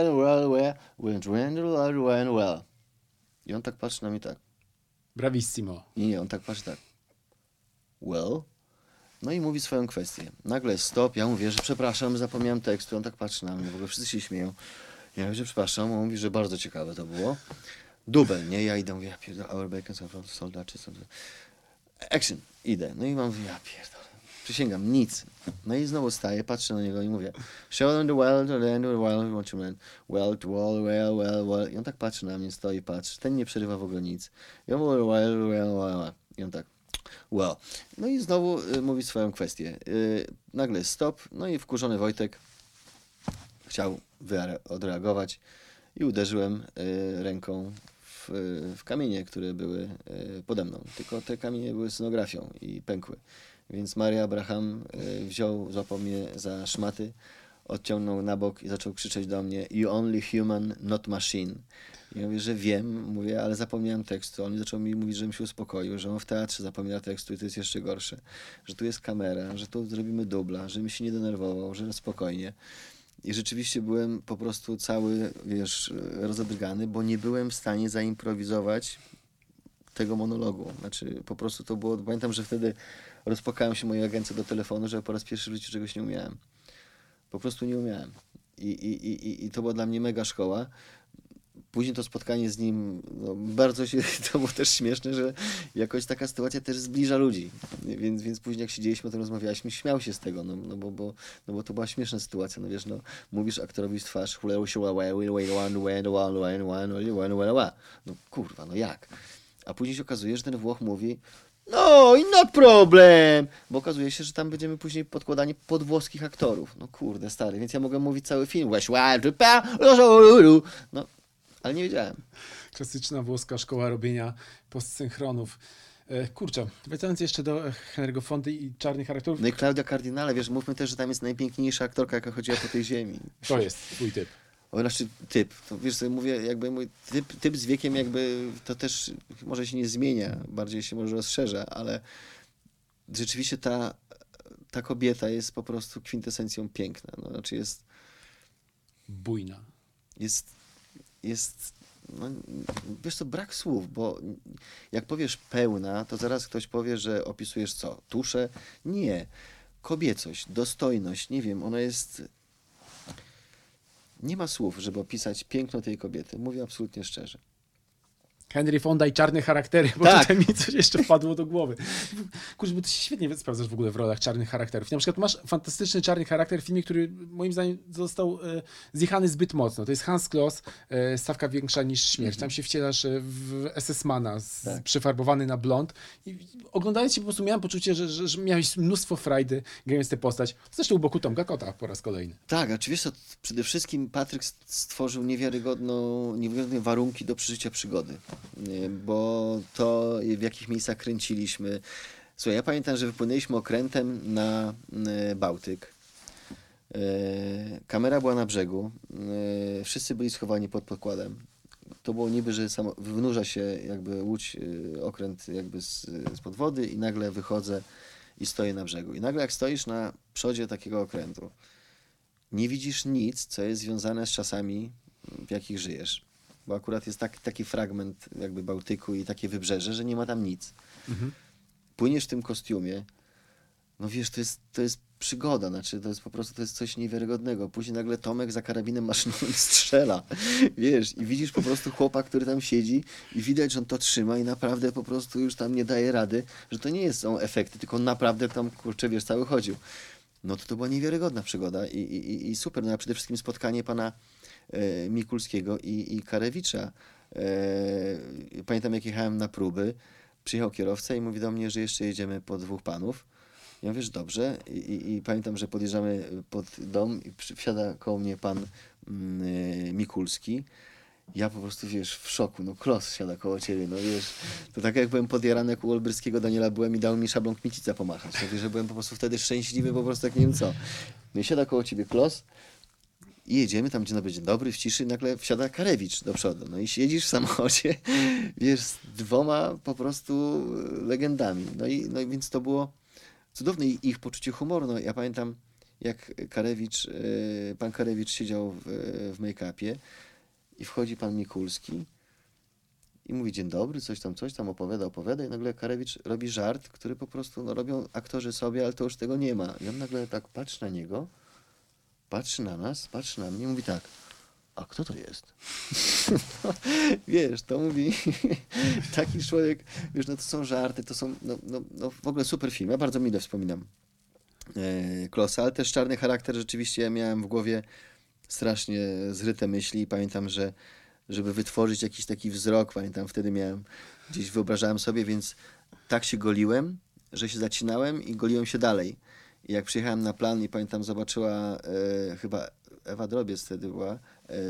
I on tak patrzy na mnie tak. Bravissimo. Nie, on tak patrzy tak. Well? No i mówi swoją kwestię. Nagle stop, ja mówię, że przepraszam, zapomniałem tekstu. On tak patrzy na mnie, w ogóle wszyscy się śmieją. Ja mówię, że przepraszam, on mówi, że bardzo ciekawe to było. Dubel, nie? Ja idę, mówię, ja pierdolę, our bacons are from soldaczy. Action, idę. No i mam, mówię, ja pierdolę. Przysięgam, nic. No i znowu staję, patrzę na niego i mówię, show them the well, to land, well, what you mean? Well, to well. I on tak patrzy na mnie, stoi, patrzy. Ten nie przerywa w ogóle nic. I on mówi, well. I on tak, well. No i znowu mówi swoją kwestię. Nagle stop, no i wkurzony Wojtek chciał odreagować i uderzyłem ręką w kamienie, które były pode mną. Tylko te kamienie były scenografią i pękły. Więc Maria Abraham złapał mnie za szmaty, odciągnął na bok i zaczął krzyczeć do mnie You only human, not machine. I ja mówię, że wiem, mówię, ale zapomniałem tekstu. On zaczął mi mówić, żebym się uspokoił, że on w teatrze zapomina tekstu i to jest jeszcze gorsze. Że tu jest kamera, że tu zrobimy dubla, żebym się nie denerwował, że spokojnie. I rzeczywiście byłem po prostu cały, wiesz, rozedrgany, bo nie byłem w stanie zaimprowizować tego monologu. Znaczy, po prostu to było... Pamiętam, że wtedy rozpłakałem się mojej agencji do telefonu, że po raz pierwszy w życiu czegoś nie umiałem. Po prostu nie umiałem. I to była dla mnie mega szkoła. Później to spotkanie z nim, no, bardzo się, to było też śmieszne, że jakoś taka sytuacja też zbliża ludzi. Więc później jak siedzieliśmy, o tym rozmawialiśmy, śmiał się z tego, bo to była śmieszna sytuacja. No wiesz, no, mówisz aktorowi w twarz, no kurwa, no jak? A później się okazuje, że ten Włoch mówi, no i not problem, bo okazuje się, że tam będziemy później podkładani pod włoskich aktorów. No kurde, stary, więc ja mogę mówić cały film. No, ale nie wiedziałem. Klasyczna włoska szkoła robienia postsynchronów. Kurczę, wracając jeszcze do Henry'ego Fondy i czarnych charakterów. No i Claudia Cardinale, wiesz, mówmy też, że tam jest najpiękniejsza aktorka, jaka chodziła po tej ziemi. To jest twój typ. O, znaczy typ, to wiesz sobie mówię, jakby mój typ z wiekiem jakby to też może się nie zmienia, bardziej się może rozszerza, ale rzeczywiście ta kobieta jest po prostu kwintesencją piękna. No, znaczy jest Bujna. no, wiesz co, brak słów, bo jak powiesz pełna, to zaraz ktoś powie, że opisujesz co? Tuszę? Nie. Kobiecość, dostojność, nie wiem, ona jest... Nie ma słów, żeby opisać piękno tej kobiety. Mówię absolutnie szczerze. Henry Fonda i czarne charaktery, bo Tak. tutaj mi coś jeszcze wpadło do głowy. Kurczę, bo ty się świetnie sprawdzasz w ogóle w rolach czarnych charakterów. Na przykład masz fantastyczny czarny charakter w filmie, który moim zdaniem został zjechany zbyt mocno. To jest Hans Kloss, Stawka większa niż śmierć. Tam się wcielasz w SS-mana, Tak. przefarbowany na blond. I oglądając się po prostu miałem poczucie, że miałeś mnóstwo frajdy grając tę postać. Zresztą u boku Tomka Kotta po raz kolejny. Tak, oczywiście przede wszystkim Patryk stworzył niewiarygodne warunki do przeżycia przygody, bo to w jakich miejscach kręciliśmy. Słuchaj, ja pamiętam, że wypłynęliśmy okrętem na Bałtyk. Kamera była na brzegu, wszyscy byli schowani pod pokładem. To było niby, że wynurza się jakby łódź, okręt jakby spod wody i nagle wychodzę i stoję na brzegu. I nagle jak stoisz na przodzie takiego okrętu, nie widzisz nic, co jest związane z czasami, w jakich żyjesz. Bo akurat jest taki fragment jakby Bałtyku i takie wybrzeże, że nie ma tam nic. Płyniesz w tym kostiumie, no wiesz, to jest przygoda, znaczy to jest po prostu, to jest coś niewiarygodnego. Później nagle Tomek za karabinem maszynowym strzela, wiesz, i widzisz po prostu chłopa, który tam siedzi i widać, że on to trzyma i naprawdę po prostu już tam nie daje rady, że to nie są efekty, tylko on naprawdę tam, kurczę, wiesz, cały chodził. No to była niewiarygodna przygoda i super. No a przede wszystkim spotkanie pana Mikulskiego i Karewicza. Pamiętam, jak jechałem na próby, przyjechał kierowca i mówi do mnie, że jeszcze jedziemy po 2 panów. Ja mówię, że dobrze. I pamiętam, że podjeżdżamy pod dom i wsiada koło mnie pan Mikulski. Ja po prostu, wiesz, w szoku, no Kloss siada koło ciebie, no wiesz, to tak jak byłem podjarany, jak u Olbryskiego Daniela byłem i dał mi szablon Kmicica pomachać, no wiesz, że byłem po prostu wtedy szczęśliwy, po prostu tak nie wiem co. No i siada koło ciebie Kloss i jedziemy tam, gdzie na będzie dobry, w ciszy, nagle wsiada Karewicz do przodu, no i siedzisz w samochodzie, wiesz, z 2 po prostu legendami, no i więc to było cudowne i ich poczucie humoru, no ja pamiętam, jak pan Karewicz siedział w make-upie, i wchodzi pan Mikulski i mówi dzień dobry, coś tam, opowiada i nagle Karewicz robi żart, który po prostu no, robią aktorzy sobie, ale to już tego nie ma. I on nagle tak patrzy na niego, patrzy na nas, patrzy na mnie i mówi tak, a kto to jest? No, wiesz, to mówi taki człowiek, wiesz, no to są żarty, to są, no w ogóle super film, ja bardzo mile wspominam Klossa, ale też czarny charakter rzeczywiście miałem w głowie strasznie zryte myśli i pamiętam, że żeby wytworzyć jakiś taki wzrok, pamiętam wtedy gdzieś wyobrażałem sobie, więc tak się goliłem, że się zacinałem i goliłem się dalej. I jak przyjechałem na plan i pamiętam zobaczyła chyba Ewa Drobiec wtedy była,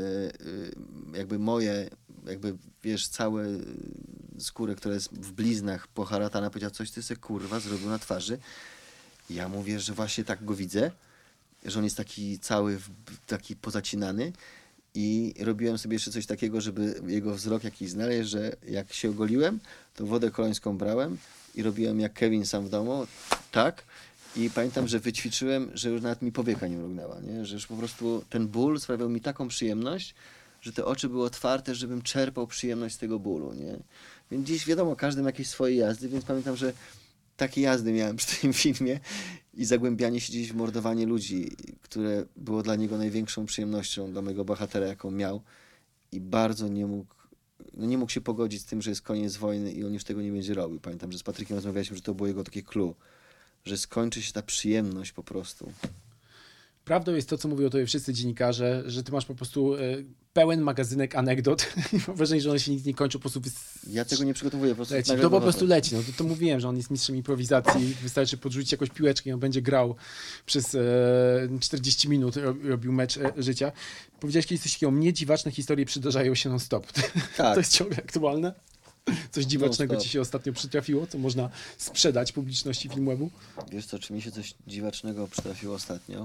jakby moje, jakby wiesz, całe skórę, która jest w bliznach poharatana, powiedziała, coś ty se kurwa zrobił na twarzy. I ja mówię, że właśnie tak go widzę, że on jest taki cały, taki pozacinany i robiłem sobie jeszcze coś takiego, żeby jego wzrok jakiś znaleźć, że jak się ogoliłem, to wodę kolońską brałem i robiłem jak Kevin sam w domu, tak, i pamiętam, że wyćwiczyłem, że już nawet mi powieka nie mrugnęła, nie? Że już po prostu ten ból sprawiał mi taką przyjemność, że te oczy były otwarte, żebym czerpał przyjemność z tego bólu, nie? Więc dziś wiadomo, każdy ma jakieś swoje jazdy, więc pamiętam, że takie jazdy miałem przy tym filmie i zagłębianie się gdzieś w mordowanie ludzi, które było dla niego największą przyjemnością, dla mojego bohatera, jaką miał i bardzo nie mógł się pogodzić z tym, że jest koniec wojny i on już tego nie będzie robił. Pamiętam, że z Patrykiem rozmawialiśmy, że to było jego takie clue, że skończy się ta przyjemność po prostu. Prawdą jest to, co mówią tutaj wszyscy dziennikarze, że ty masz po prostu pełen magazynek anegdot i mam wrażenie, że one się nigdy nie kończą, po prostu Ja tego nie przygotowuję, po prostu leci. nagle To po wychodzę. prostu leci. No to mówiłem, że on jest mistrzem improwizacji. Wystarczy podrzucić jakąś piłeczkę i on będzie grał przez 40 minut, robił mecz życia. Powiedziałeś kiedyś coś takiego, mnie dziwaczne historie przydarzają się non-stop. Tak. To jest ciągle aktualne? Coś dziwacznego Non-stop. ci się ostatnio przytrafiło, co można sprzedać publiczności Filmwebu? Wiesz co, czy mi się coś dziwacznego przytrafiło ostatnio?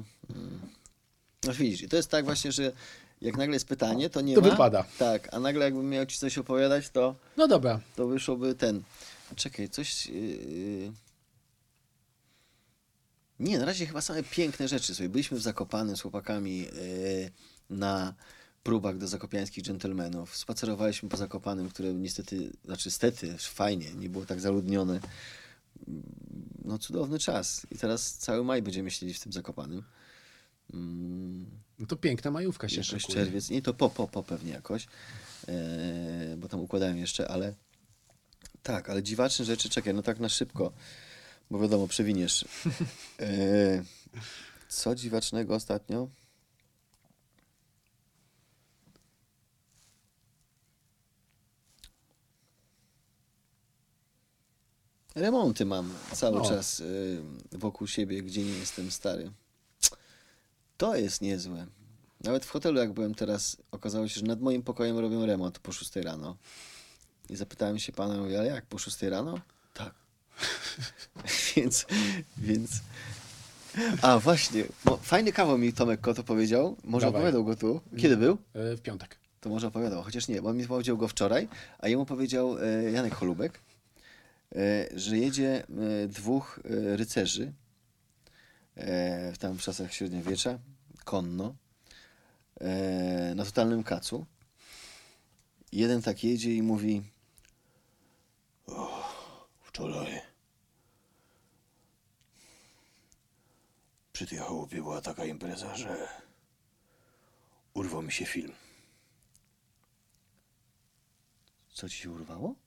No widzisz, i to jest tak właśnie, że jak nagle jest pytanie, to nie To ma. wypada. Tak, a nagle jakbym miał ci coś opowiadać, No dobra. to wyszłoby ten. Czekaj, coś... Nie, na razie chyba same piękne rzeczy sobie. Byliśmy w Zakopanem z chłopakami na próbach do zakopiańskich dżentelmenów. Spacerowaliśmy po Zakopanem, które niestety, fajnie, nie było tak zaludnione. No cudowny czas. I teraz cały maj będziemy siedzieć w tym Zakopanem. No to piękna majówka się Jakoś szykuje. czerwiec. Nie, to po pewnie jakoś. bo tam układałem jeszcze, ale tak, ale dziwaczne rzeczy, czekaj, no tak na szybko, bo wiadomo, przewiniesz. Co dziwacznego ostatnio? Remonty mam cały No. czas wokół siebie, gdzie nie jestem stary. To jest niezłe. Nawet w hotelu, jak byłem teraz, okazało się, że nad moim pokojem robią remont po 6 rano. I zapytałem się pana, mówię, ale jak, po 6 rano? Tak. więc... A, właśnie, fajny kawał mi Tomek Koto powiedział. Może Dawaj. opowiadał go tu. Kiedy był? W piątek. To może opowiadał, chociaż nie, bo on mi powiedział go wczoraj, a jemu powiedział Janek Holubek, że jedzie dwóch rycerzy tam w czasach średniowiecza, konno, na totalnym kacu. Jeden tak jedzie i mówi: wczoraj przy tej chałupie była taka impreza, że urwał mi się film. Co ci się urwało?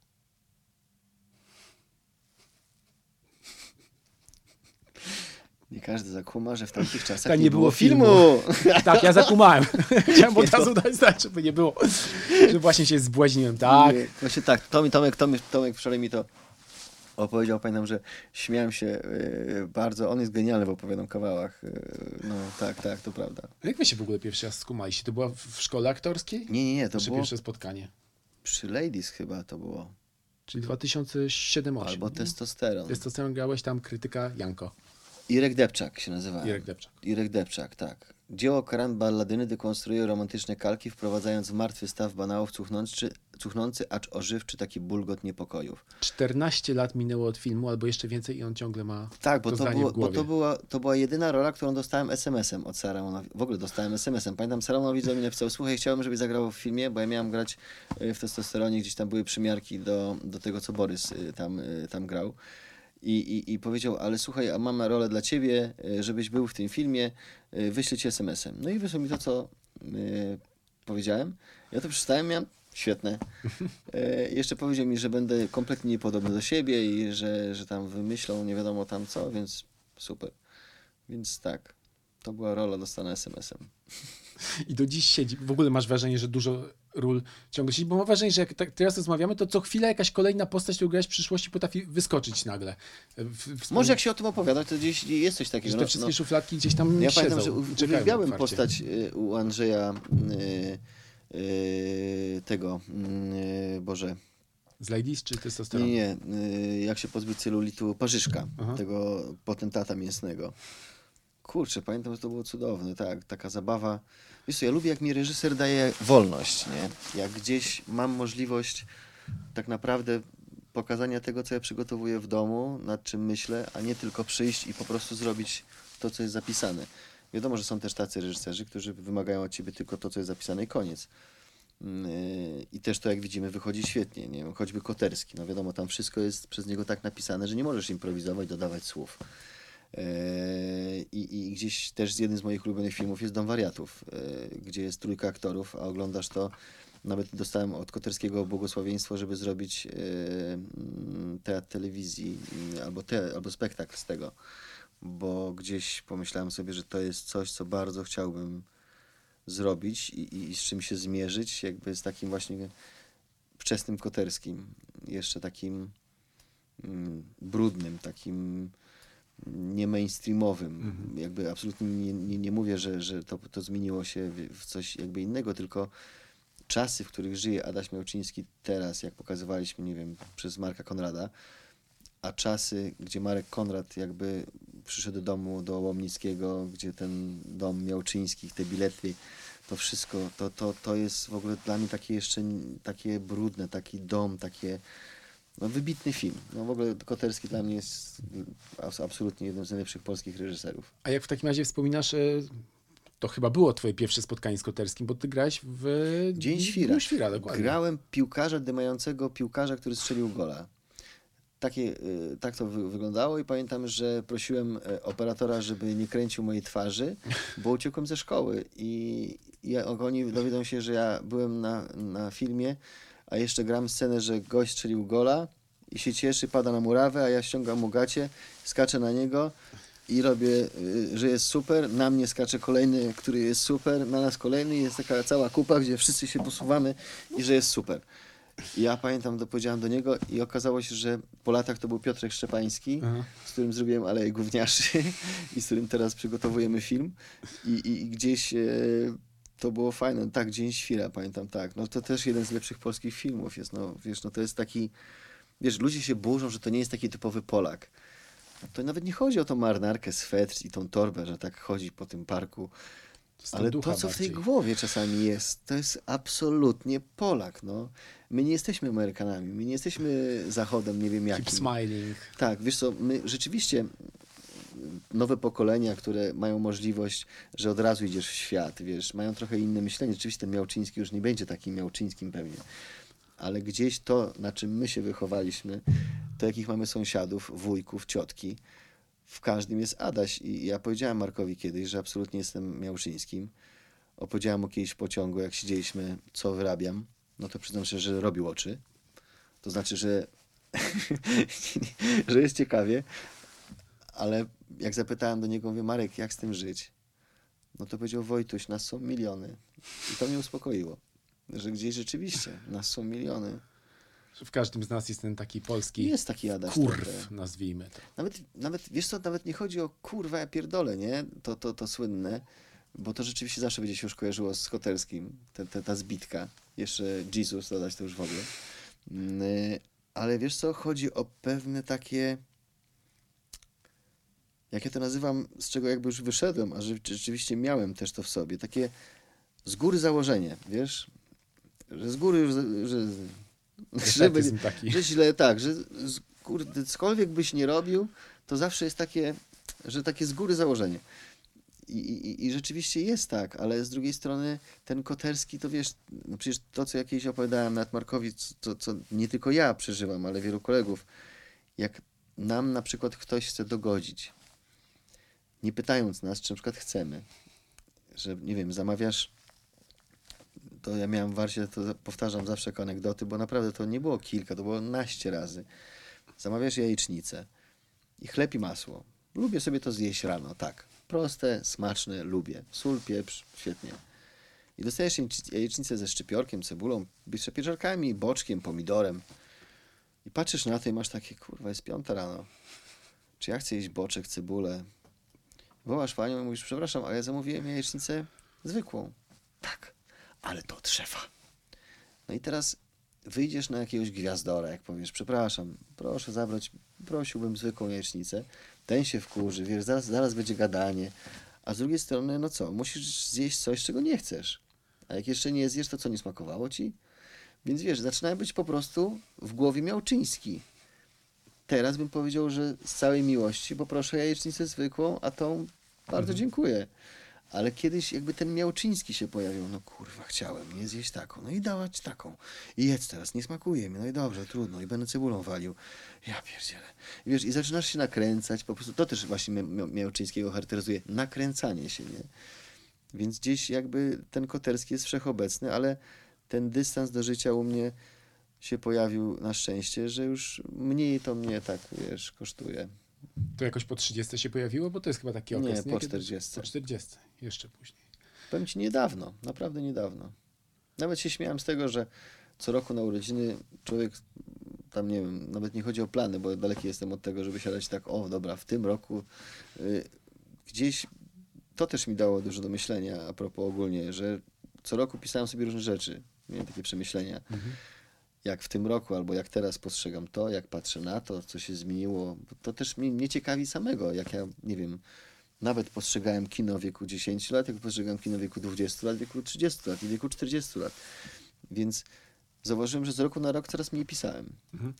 Nie każdy zakuma, że w tamtych czasach Tak, nie było filmu. Tak, ja zakumałem. Chciałem od Nie, razu dać znać, żeby nie było, że właśnie się zbłaźniłem. Tak. Nie, właśnie tak. Tomek wczoraj mi to opowiedział. Pamiętam, że śmiałem się bardzo. On jest genialny w opowiadam kawałach. No tak, to prawda. Jak wy się w ogóle pierwszy raz skumaliście? To była w szkole aktorskiej? Nie, to Nasze było pierwsze spotkanie. przy Ladies chyba to było. Czyli 2007-2008. Albo Testosteron. Testosteron grałeś tam krytyka Janko. Irek Depczak się nazywa. Irek Depczak. Irek Depczak, tak. Dzieło Karan Balladyny dekonstruuje romantyczne kalki, wprowadzając w martwy staw banałów cuchnący, acz ożywczy taki bulgot niepokojów. 14 lat minęło od filmu, albo jeszcze więcej i on ciągle ma Tak, bo to to, zdanie było, w bo głowie. to była jedyna rola, którą dostałem SMS-em od Saramonowicza. W ogóle dostałem SMS-em. Pamiętam, Saramonowicz do mnie napisał: słuchaj, chciałbym, żebyś zagrał w filmie, bo ja miałem grać w Testosteronie, gdzieś tam były przymiarki do tego, co Borys tam grał. I powiedział: ale słuchaj, a mam rolę dla ciebie, żebyś był w tym filmie, wyślę ci SMS-em. No i wysłał mi to, co powiedziałem. Ja to przeczytałem, miałem świetne. Jeszcze powiedział mi, że będę kompletnie niepodobny do siebie i że tam wymyślą nie wiadomo tam co, więc super. Więc tak, to była rola dostana SMS-em. I do dziś siedzi. W ogóle masz wrażenie, że dużo ról ciągle siedzi, bo mam wrażenie, że jak tak teraz rozmawiamy, to co chwilę jakaś kolejna postać, którą grałeś w przyszłości, potrafi wyskoczyć nagle. Może jak się o tym opowiada, to gdzieś jest coś takiego. Że te wszystkie szufladki gdzieś tam Ja siedzą. pamiętam, że czekają uwielbiałem otwarcie. postać u Andrzeja tego, Boże, Z Ladies czy Testosteron? nie, jak się pozbyć celulitu, Parzyszka, Aha. tego potentata mięsnego. Kurczę, pamiętam, że to było cudowne, tak, taka zabawa. Wiesz co, ja lubię, jak mi reżyser daje wolność, nie? Jak gdzieś mam możliwość tak naprawdę pokazania tego, co ja przygotowuję w domu, nad czym myślę, a nie tylko przyjść i po prostu zrobić to, co jest zapisane. Wiadomo, że są też tacy reżyserzy, którzy wymagają od ciebie tylko to, co jest zapisane i koniec. I też to, jak widzimy, wychodzi świetnie. Nie wiem, choćby Koterski. No wiadomo, tam wszystko jest przez niego tak napisane, że nie możesz improwizować, dodawać słów. I gdzieś też jeden z moich ulubionych filmów jest Dom Wariatów, gdzie jest trójka aktorów, a oglądasz to. Nawet dostałem od Koterskiego błogosławieństwo, żeby zrobić teatr telewizji albo spektakl z tego, bo gdzieś pomyślałem sobie, że to jest coś, co bardzo chciałbym zrobić i z czym się zmierzyć, jakby z takim właśnie wczesnym Koterskim, jeszcze takim brudnym, takim nie mainstreamowym. Jakby absolutnie nie mówię, że to zmieniło się w coś jakby innego, tylko czasy, w których żyje Adaś Miałczyński teraz, jak pokazywaliśmy, nie wiem, przez Marka Konrada, a czasy, gdzie Marek Konrad jakby przyszedł do domu, do Łomnickiego, gdzie ten dom Miałczyńskich, te bilety, to wszystko, to jest w ogóle dla mnie takie jeszcze, takie brudne, taki dom, takie, no wybitny film. No w ogóle Koterski dla mnie jest absolutnie jednym z najlepszych polskich reżyserów. A jak w takim razie wspominasz, to chyba było twoje pierwsze spotkanie z Koterskim, bo ty grałeś w Dzień Świra. Dniu Świra, dokładnie. Grałem piłkarza, dymającego piłkarza, który strzelił gola. tak to wyglądało i pamiętam, że prosiłem operatora, żeby nie kręcił mojej twarzy, bo uciekłem ze szkoły i jak oni dowiedzą się, że ja byłem na filmie, a jeszcze gram scenę, że gość strzelił gola i się cieszy, pada na murawę, a ja ściągam mu gacie, skaczę na niego i robię, że jest super, na mnie skacze kolejny, który jest super, na nas kolejny, jest taka cała kupa, gdzie wszyscy się posuwamy i że jest super. I ja pamiętam, powiedziałem do niego i okazało się, że po latach to był Piotrek Szczepański, Aha. z którym zrobiłem Aleję Gówniarzy i z którym teraz przygotowujemy film i gdzieś to było fajne. Tak, Dzień Świra, pamiętam, tak. No to też jeden z lepszych polskich filmów jest, no wiesz, no to jest taki, wiesz, ludzie się burzą, że to nie jest taki typowy Polak. To nawet nie chodzi o tą marynarkę, swetr i tą torbę, że tak chodzi po tym parku. Stan Ale ducha to, co w tej bardziej. głowie czasami jest, to jest absolutnie Polak, no. My nie jesteśmy Amerykanami, my nie jesteśmy Zachodem, nie wiem Keep jakim. smiling. Tak, wiesz co, my rzeczywiście, nowe pokolenia, które mają możliwość, że od razu idziesz w świat, wiesz, mają trochę inne myślenie. Rzeczywiście ten Miałczyński już nie będzie takim Miałczyńskim pewnie. Ale gdzieś to, na czym my się wychowaliśmy, to jakich mamy sąsiadów, wujków, ciotki, w każdym jest Adaś. I ja powiedziałem Markowi kiedyś, że absolutnie jestem Miałczyńskim. Opowiedziałem mu kiedyś w pociągu, jak siedzieliśmy, co wyrabiam. No to przyznam się, że robił oczy. To znaczy, że, że jest ciekawie. Ale jak zapytałem do niego, mówię, Marek, jak z tym żyć? No to powiedział, Wojtuś, nas są miliony. I to mnie uspokoiło. Że gdzieś rzeczywiście nas są miliony. W każdym z nas jest ten taki polski Jest taki Adaś. kurw, trochę. nazwijmy to. Nawet, wiesz co, nawet nie chodzi o kurwa, ja pierdolę, nie? To słynne, bo to rzeczywiście zawsze będzie się już kojarzyło z Koterskim, ta zbitka. Jeszcze Jesus dodać to już w ogóle. Ale wiesz co, chodzi o pewne takie, jak ja to nazywam, z czego jakby już wyszedłem, a rzeczywiście miałem też to w sobie, takie z góry założenie, wiesz? Że z góry już, Estetyzm taki. że źle, tak, że kurde, cokolwiek byś nie robił, to zawsze jest takie, że takie z góry założenie. I rzeczywiście jest tak, ale z drugiej strony ten Koterski, to wiesz, no przecież to, co ja kiedyś opowiadałem nawet Markowi, co nie tylko ja przeżywam, ale wielu kolegów, jak nam na przykład ktoś chce dogodzić, nie pytając nas, czy na przykład chcemy, że nie wiem, zamawiasz, to ja miałem w Warsie, to powtarzam zawsze jako anegdoty, bo naprawdę to nie było kilka, to było naście razy. Zamawiasz jajecznicę i chleb i masło. Lubię sobie to zjeść rano, tak. Proste, smaczne, lubię. Sól, pieprz, świetnie. I dostajesz jajecznicę ze szczypiorkiem, cebulą, jeszcze pieczarkami, boczkiem, pomidorem. I patrzysz na to i masz takie, kurwa, jest 5 rano. Czy ja chcę jeść boczek, cebulę? Wołasz panią i mówisz, przepraszam, ale ja zamówiłem jajecznicę zwykłą. Tak, ale to od szefa. No i teraz wyjdziesz na jakiegoś gwiazdora, jak powiesz, przepraszam, proszę zabrać, prosiłbym zwykłą jajecznicę. Ten się wkurzy, wiesz, zaraz będzie gadanie. A z drugiej strony, no co, musisz zjeść coś, czego nie chcesz. A jak jeszcze nie zjesz, to co, nie smakowało ci? Więc wiesz, zaczyna być po prostu w głowie Miałczyński. Teraz bym powiedział, że z całej miłości poproszę jajecznicę zwykłą, a tą bardzo dziękuję. Ale kiedyś jakby ten Miałczyński się pojawił. No kurwa, chciałem nie zjeść taką. No i dawać taką. I jedz teraz, nie smakuje mi. No i dobrze, trudno. I będę cebulą walił. Ja pierdzielę. I wiesz, i zaczynasz się nakręcać. Po prostu to też właśnie Miałczyńskiego charakteryzuje. Nakręcanie się, nie? Więc gdzieś jakby ten Koterski jest wszechobecny, ale ten dystans do życia u mnie się pojawił na szczęście, że już mniej to mnie tak, wiesz, kosztuje. To jakoś po 30 się pojawiło, bo to jest chyba taki Nie, okres. po Kiedy- 40. Po 40, jeszcze później. Powiem ci niedawno, naprawdę niedawno. Nawet się śmiałem z tego, że co roku na urodziny człowiek tam, nie wiem, nawet nie chodzi o plany, bo daleki jestem od tego, żeby siadać tak, o dobra, w tym roku gdzieś to też mi dało dużo do myślenia a propos ogólnie, że co roku pisałem sobie różne rzeczy, miałem takie przemyślenia. Jak w tym roku, albo jak teraz postrzegam to, jak patrzę na to, co się zmieniło, bo to też mnie ciekawi samego, jak ja, nie wiem, nawet postrzegałem kino w wieku 10 lat, jak postrzegałem kino w wieku 20 lat, w wieku 30 lat i w wieku 40 lat. Więc zauważyłem, że z roku na rok coraz mniej pisałem.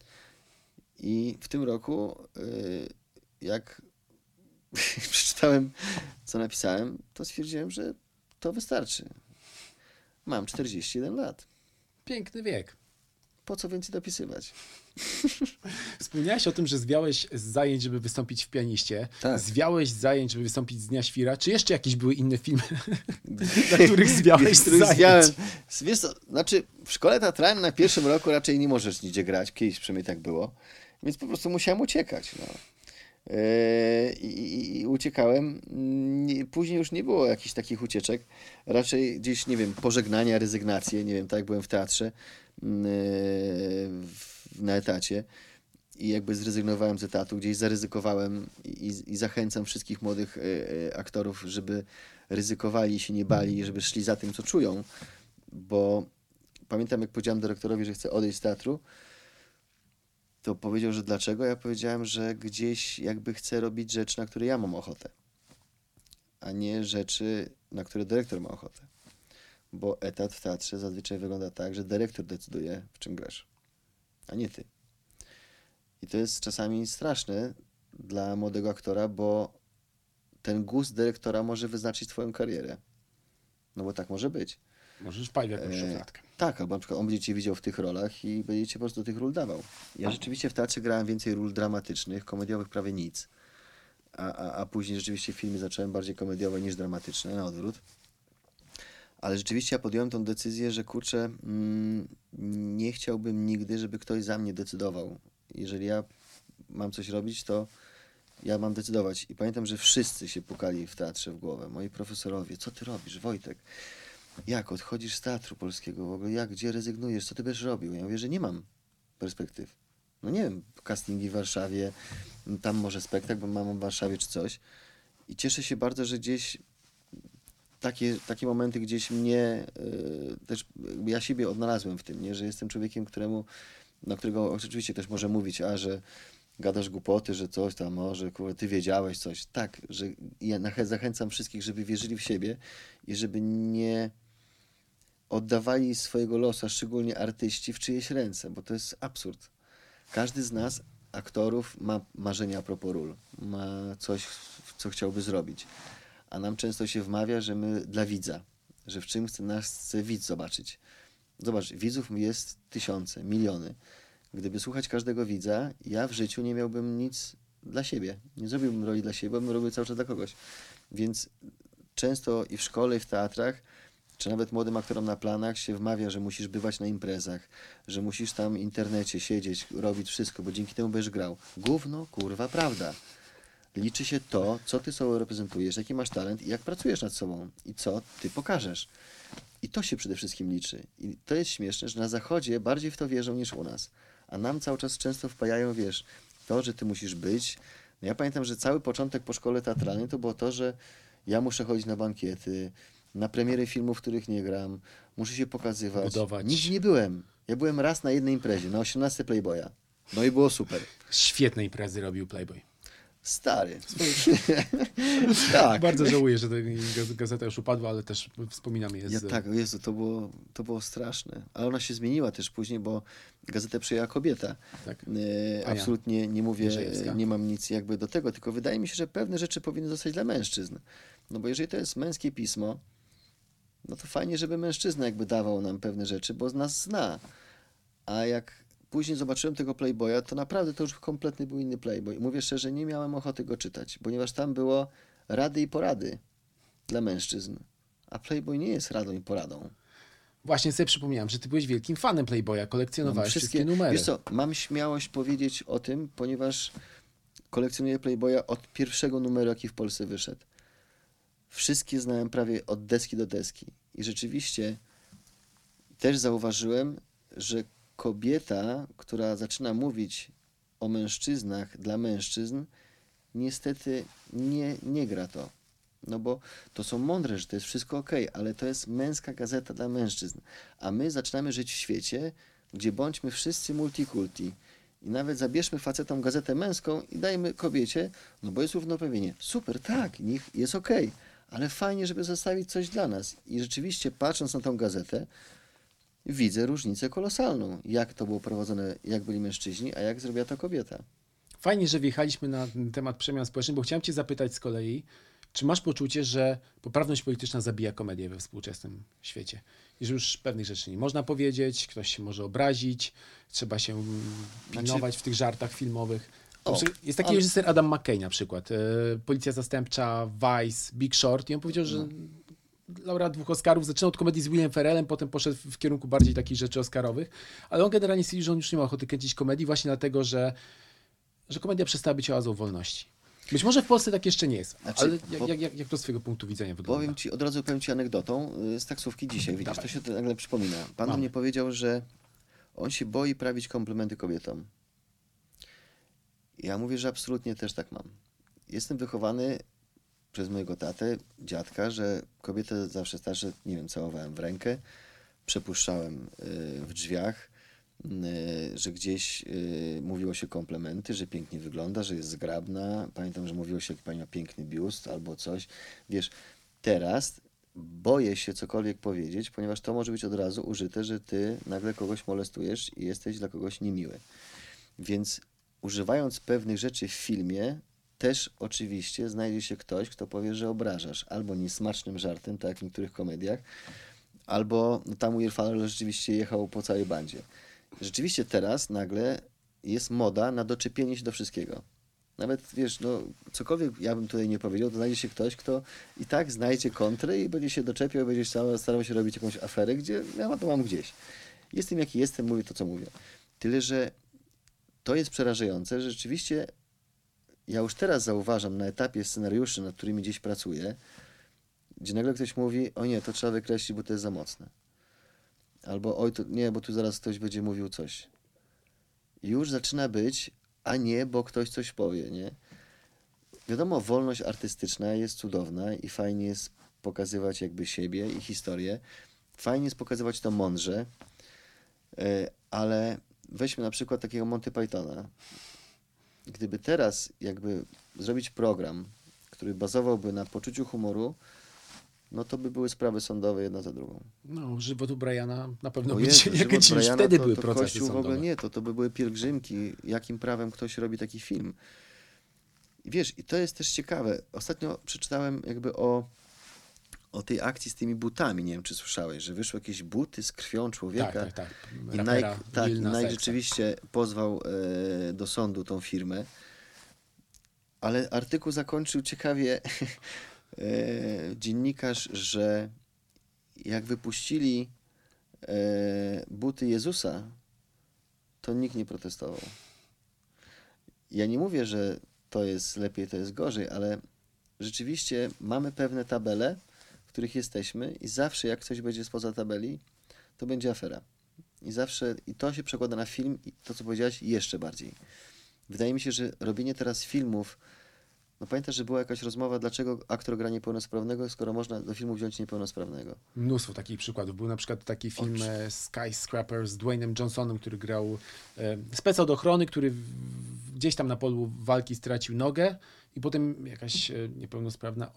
I w tym roku, jak przeczytałem, co napisałem, to stwierdziłem, że to wystarczy. Mam 41 lat. Piękny wiek. po co więcej dopisywać? Wspomniałeś o tym, że zwiałeś z zajęć, żeby wystąpić w Pianiście. Tak. Zwiałeś z zajęć, żeby wystąpić z Dnia Świra. Czy jeszcze jakieś były inne filmy, dla których zwiałeś z których zajęć? zwiałem. Wiesz co, znaczy w szkole teatralnej na pierwszym roku raczej nie możesz nigdzie grać, kiedyś przynajmniej tak było, więc po prostu musiałem uciekać. No. I uciekałem. Później już nie było jakichś takich ucieczek. Raczej gdzieś, nie wiem, pożegnania, rezygnacje. Nie wiem, tak jak byłem w teatrze na etacie i jakby zrezygnowałem z etatu, gdzieś zaryzykowałem i zachęcam wszystkich młodych aktorów, żeby ryzykowali i się nie bali, żeby szli za tym, co czują, bo pamiętam, jak powiedziałem dyrektorowi, że chcę odejść z teatru, to powiedział, że dlaczego? Ja powiedziałem, że gdzieś jakby chcę robić rzeczy, na które ja mam ochotę, a nie rzeczy, na które dyrektor ma ochotę. Bo etat w teatrze zazwyczaj wygląda tak, że dyrektor decyduje, w czym grasz, a nie ty. I to jest czasami straszne dla młodego aktora, bo ten gust dyrektora może wyznaczyć twoją karierę. No bo tak może być. Możesz wpaść w jakąś szufladkę. Tak, albo na przykład on będzie cię widział w tych rolach i będzie cię po prostu do tych ról dawał. Ja rzeczywiście w teatrze grałem więcej ról dramatycznych, komediowych prawie nic. A później rzeczywiście w filmie zacząłem bardziej komediowe niż dramatyczne, na odwrót. Ale rzeczywiście ja podjąłem tą decyzję, że kurczę, nie chciałbym nigdy, żeby ktoś za mnie decydował. Jeżeli ja mam coś robić, to ja mam decydować. I pamiętam, że wszyscy się pukali w teatrze w głowę. Moi profesorowie, co ty robisz, Wojtek? Jak odchodzisz z teatru polskiego? W ogóle jak, gdzie rezygnujesz? Co ty będziesz robił? Ja mówię, że nie mam perspektyw. No nie wiem, castingi w Warszawie, tam może spektakl, bo mam w Warszawie czy coś. I cieszę się bardzo, że gdzieś takie momenty gdzieś mnie też, ja siebie odnalazłem w tym, nie? Że jestem człowiekiem, którego oczywiście ktoś może mówić, że gadasz głupoty, że coś tam może, kurwa, ty wiedziałeś coś. Tak, że ja zachęcam wszystkich, żeby wierzyli w siebie i żeby nie oddawali swojego losu, a szczególnie artyści, w czyjeś ręce, bo to jest absurd. Każdy z nas, aktorów, ma marzenia a propos ról, ma coś, co chciałby zrobić. A nam często się wmawia, że my dla widza, że w czym chce widz zobaczyć. Zobacz, widzów jest tysiące, miliony. Gdyby słuchać każdego widza, ja w życiu nie miałbym nic dla siebie. Nie zrobiłbym roli dla siebie, bo bym robił cały czas dla kogoś. Więc często i w szkole, i w teatrach, czy nawet młodym aktorom na planach się wmawia, że musisz bywać na imprezach, że musisz tam w internecie siedzieć, robić wszystko, bo dzięki temu będziesz grał. Gówno, kurwa, prawda. Liczy się to, co ty sobą reprezentujesz, jaki masz talent i jak pracujesz nad sobą i co ty pokażesz. I to się przede wszystkim liczy. I to jest śmieszne, że na Zachodzie bardziej w to wierzą niż u nas. A nam cały czas często wpajają, wiesz, to, że ty musisz być. No ja pamiętam, że cały początek po szkole teatralnej to było to, że ja muszę chodzić na bankiety, na premiery filmów, w których nie gram, muszę się pokazywać. Budować. Nigdzie nie byłem. Ja byłem raz na jednej imprezie, na 18 Playboya. No i było super. Świetne imprezy robił Playboy. Stary. Tak. Bardzo żałuję, że ta gazeta już upadła, ale też wspominam je Ja, tak, Jezu, to było straszne. Ale ona się zmieniła też później, bo gazetę przejęła kobieta. Tak. Absolutnie nie mówię, Mierzejewska. nie mam nic jakby do tego, tylko wydaje mi się, że pewne rzeczy powinny zostać dla mężczyzn. No bo jeżeli to jest męskie pismo, no to fajnie, żeby mężczyzna jakby dawał nam pewne rzeczy, bo nas zna. A jak później zobaczyłem tego Playboya, to naprawdę to już kompletnie był inny Playboy. Mówię szczerze, nie miałem ochoty go czytać, ponieważ tam było rady i porady dla mężczyzn. A Playboy nie jest radą i poradą. Właśnie sobie przypomniałem, że ty byłeś wielkim fanem Playboya, kolekcjonowałeś wszystkie numery. Wiesz co, mam śmiałość powiedzieć o tym, ponieważ kolekcjonuję Playboya od pierwszego numeru, jaki w Polsce wyszedł. Wszystkie znałem prawie od deski do deski. I rzeczywiście też zauważyłem, że kobieta, która zaczyna mówić o mężczyznach dla mężczyzn, niestety nie gra to. No bo to są mądre, że to jest wszystko okej, ale to jest męska gazeta dla mężczyzn. A my zaczynamy żyć w świecie, gdzie bądźmy wszyscy multikulti. I nawet zabierzmy facetom gazetę męską i dajmy kobiecie, no bo jest równoprawienie. Super, tak, niech jest okej, ale fajnie, żeby zostawić coś dla nas. I rzeczywiście, patrząc na tą gazetę, widzę różnicę kolosalną. Jak to było prowadzone, jak byli mężczyźni, a jak zrobiła to kobieta. Fajnie, że wjechaliśmy na temat przemian społecznych, bo chciałem cię zapytać z kolei, Czy masz poczucie, że poprawność polityczna zabija komedię we współczesnym świecie? I że już pewnych rzeczy nie można powiedzieć, ktoś się może obrazić, trzeba się pilnować w tych żartach filmowych. Jest taki reżyser Adam McKay na przykład. Policja Zastępcza, Vice, Big Short. I on powiedział, że laureat 2 Oscarów zaczynał od komedii z Willem Ferrellem, potem poszedł w kierunku bardziej takich rzeczy oscarowych. Ale on generalnie stwierdził, że on już nie ma ochoty kręcić komedii właśnie dlatego, że komedia przestała być oazą wolności. Być może w Polsce tak jeszcze nie jest, ale jak to z twojego punktu widzenia wygląda? Od razu powiem ci anegdotą z taksówki dzisiaj. Widzisz, to się nagle przypomina. Pan do mnie powiedział, że on się boi prawić komplementy kobietom. Ja mówię, że absolutnie też tak mam. Jestem wychowany przez mojego tatę, dziadka, że kobietę zawsze starsze, nie wiem, całowałem w rękę, przepuszczałem w drzwiach, że gdzieś mówiło się komplementy, że pięknie wygląda, że jest zgrabna. Pamiętam, że mówiło się, jak pani ma piękny biust albo coś. Wiesz, teraz boję się cokolwiek powiedzieć, ponieważ to może być od razu użyte, że ty nagle kogoś molestujesz i jesteś dla kogoś niemiły. Więc używając pewnych rzeczy w filmie, też oczywiście znajdzie się ktoś, kto powie, że obrażasz albo niesmacznym żartem, tak jak w niektórych komediach, albo tam Will Ferrell rzeczywiście jechał po całej bandzie. Rzeczywiście teraz nagle jest moda na doczepienie się do wszystkiego. Nawet, wiesz, no, cokolwiek ja bym tutaj nie powiedział, to znajdzie się ktoś, kto i tak znajdzie kontrę i będzie się doczepiał, będzie starał się robić jakąś aferę, gdzie ja to mam gdzieś. Jestem jaki jestem, mówię to, co mówię. Tyle, że to jest przerażające, że rzeczywiście ja już teraz zauważam na etapie scenariuszy, nad którymi gdzieś pracuję, gdzie nagle ktoś mówi, o nie, to trzeba wykreślić, bo to jest za mocne. Albo oj, to nie, bo tu zaraz ktoś będzie mówił coś. Już zaczyna być, a nie, bo ktoś coś powie, nie? Wiadomo, wolność artystyczna jest cudowna i fajnie jest pokazywać jakby siebie i historię. Fajnie jest pokazywać to mądrze, ale weźmy na przykład takiego Monty Pythona. Gdyby teraz jakby zrobić program, który bazowałby na poczuciu humoru, no to by były sprawy sądowe jedna za drugą. No, żywot u Briana na pewno O by Jezu, się nie żywot kręcił. Już Briana wtedy to były procesy Kościół sądowe. w ogóle nie, to by były pielgrzymki. Jakim prawem ktoś robi taki film? I wiesz, i to jest też ciekawe. Ostatnio przeczytałem jakby o tej akcji z tymi butami. Nie wiem, czy słyszałeś, że wyszły jakieś buty z krwią człowieka. Tak. I Nike rzeczywiście pozwał do sądu tą firmę. Ale artykuł zakończył ciekawie dziennikarz, że jak wypuścili buty Jezusa, to nikt nie protestował. Ja nie mówię, że to jest lepiej, to jest gorzej, ale rzeczywiście mamy pewne tabele, w których jesteśmy i zawsze jak coś będzie spoza tabeli, to będzie afera. I to się przekłada na film i to, co powiedziałaś, jeszcze bardziej. Wydaje mi się, że robienie teraz filmów, no pamiętasz, że była jakaś rozmowa, dlaczego aktor gra niepełnosprawnego, skoro można do filmu wziąć niepełnosprawnego. Mnóstwo takich przykładów. Był na przykład taki film Skyscraper z Dwaynem Johnsonem, który grał spec od ochrony, który gdzieś tam na polu walki stracił nogę i potem jakaś niepełnosprawna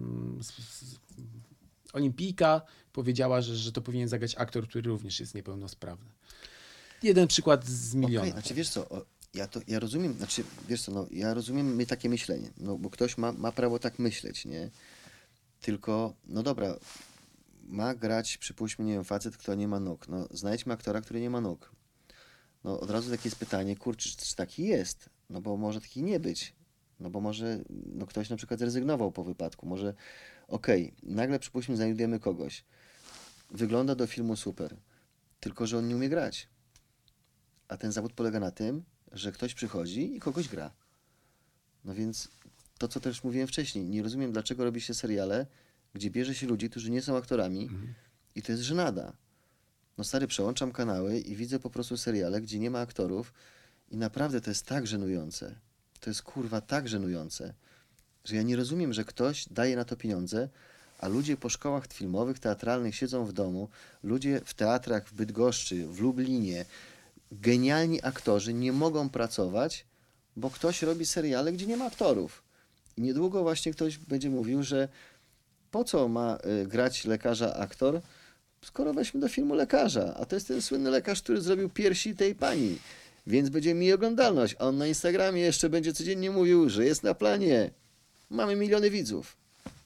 olimpijka powiedziała, że to powinien zagrać aktor, który również jest niepełnosprawny. Jeden przykład z miliona. Znaczy wiesz co, ja rozumiem, ja rozumiem takie myślenie, no bo ktoś ma prawo tak myśleć, nie? Tylko, no dobra, ma grać, przypuśćmy, nie wiem, facet, kto nie ma nóg. No znajdźmy aktora, który nie ma nóg. No od razu takie jest pytanie, kurczę, czy taki jest? No bo może taki nie być. No bo może ktoś na przykład zrezygnował po wypadku. Może, nagle przypuśćmy, znajdujemy kogoś. Wygląda do filmu super, tylko że on nie umie grać. A ten zawód polega na tym, że ktoś przychodzi i kogoś gra. No więc to, co też mówiłem wcześniej, nie rozumiem, dlaczego robi się seriale, gdzie bierze się ludzi, którzy nie są aktorami i to jest żenada. No stary, przełączam kanały i widzę po prostu seriale, gdzie nie ma aktorów i naprawdę to jest tak żenujące. To jest kurwa tak żenujące, że ja nie rozumiem, że ktoś daje na to pieniądze, a ludzie po szkołach filmowych, teatralnych siedzą w domu, ludzie w teatrach w Bydgoszczy, w Lublinie, genialni aktorzy nie mogą pracować, bo ktoś robi seriale, gdzie nie ma aktorów. I niedługo właśnie ktoś będzie mówił, że po co ma grać lekarza aktor, skoro weźmy do filmu lekarza, a to jest ten słynny lekarz, który zrobił piersi tej pani, więc będzie mi oglądalność, a on na Instagramie jeszcze będzie codziennie mówił, że jest na planie. Mamy miliony widzów.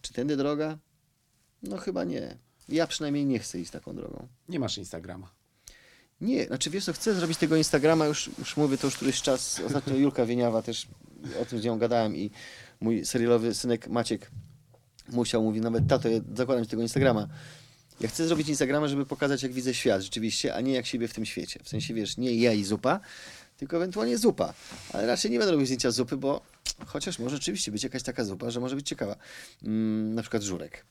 Czy tędy droga? No chyba nie. Ja przynajmniej nie chcę iść taką drogą. Nie masz Instagrama. Nie, znaczy wiesz co, chcę zrobić tego Instagrama, już mówię to już któryś czas, ostatnio Julka Wieniawa też o tym z nią gadałem i mój serialowy synek Maciek mówi nawet tato, ja zakładam ci tego Instagrama. Ja chcę zrobić Instagrama, żeby pokazać jak widzę świat rzeczywiście, a nie jak siebie w tym świecie. W sensie wiesz, nie ja i zupa, tylko ewentualnie zupa. Ale raczej nie będę robił zdjęcia zupy, bo chociaż może rzeczywiście być jakaś taka zupa, że może być ciekawa. Na przykład żurek.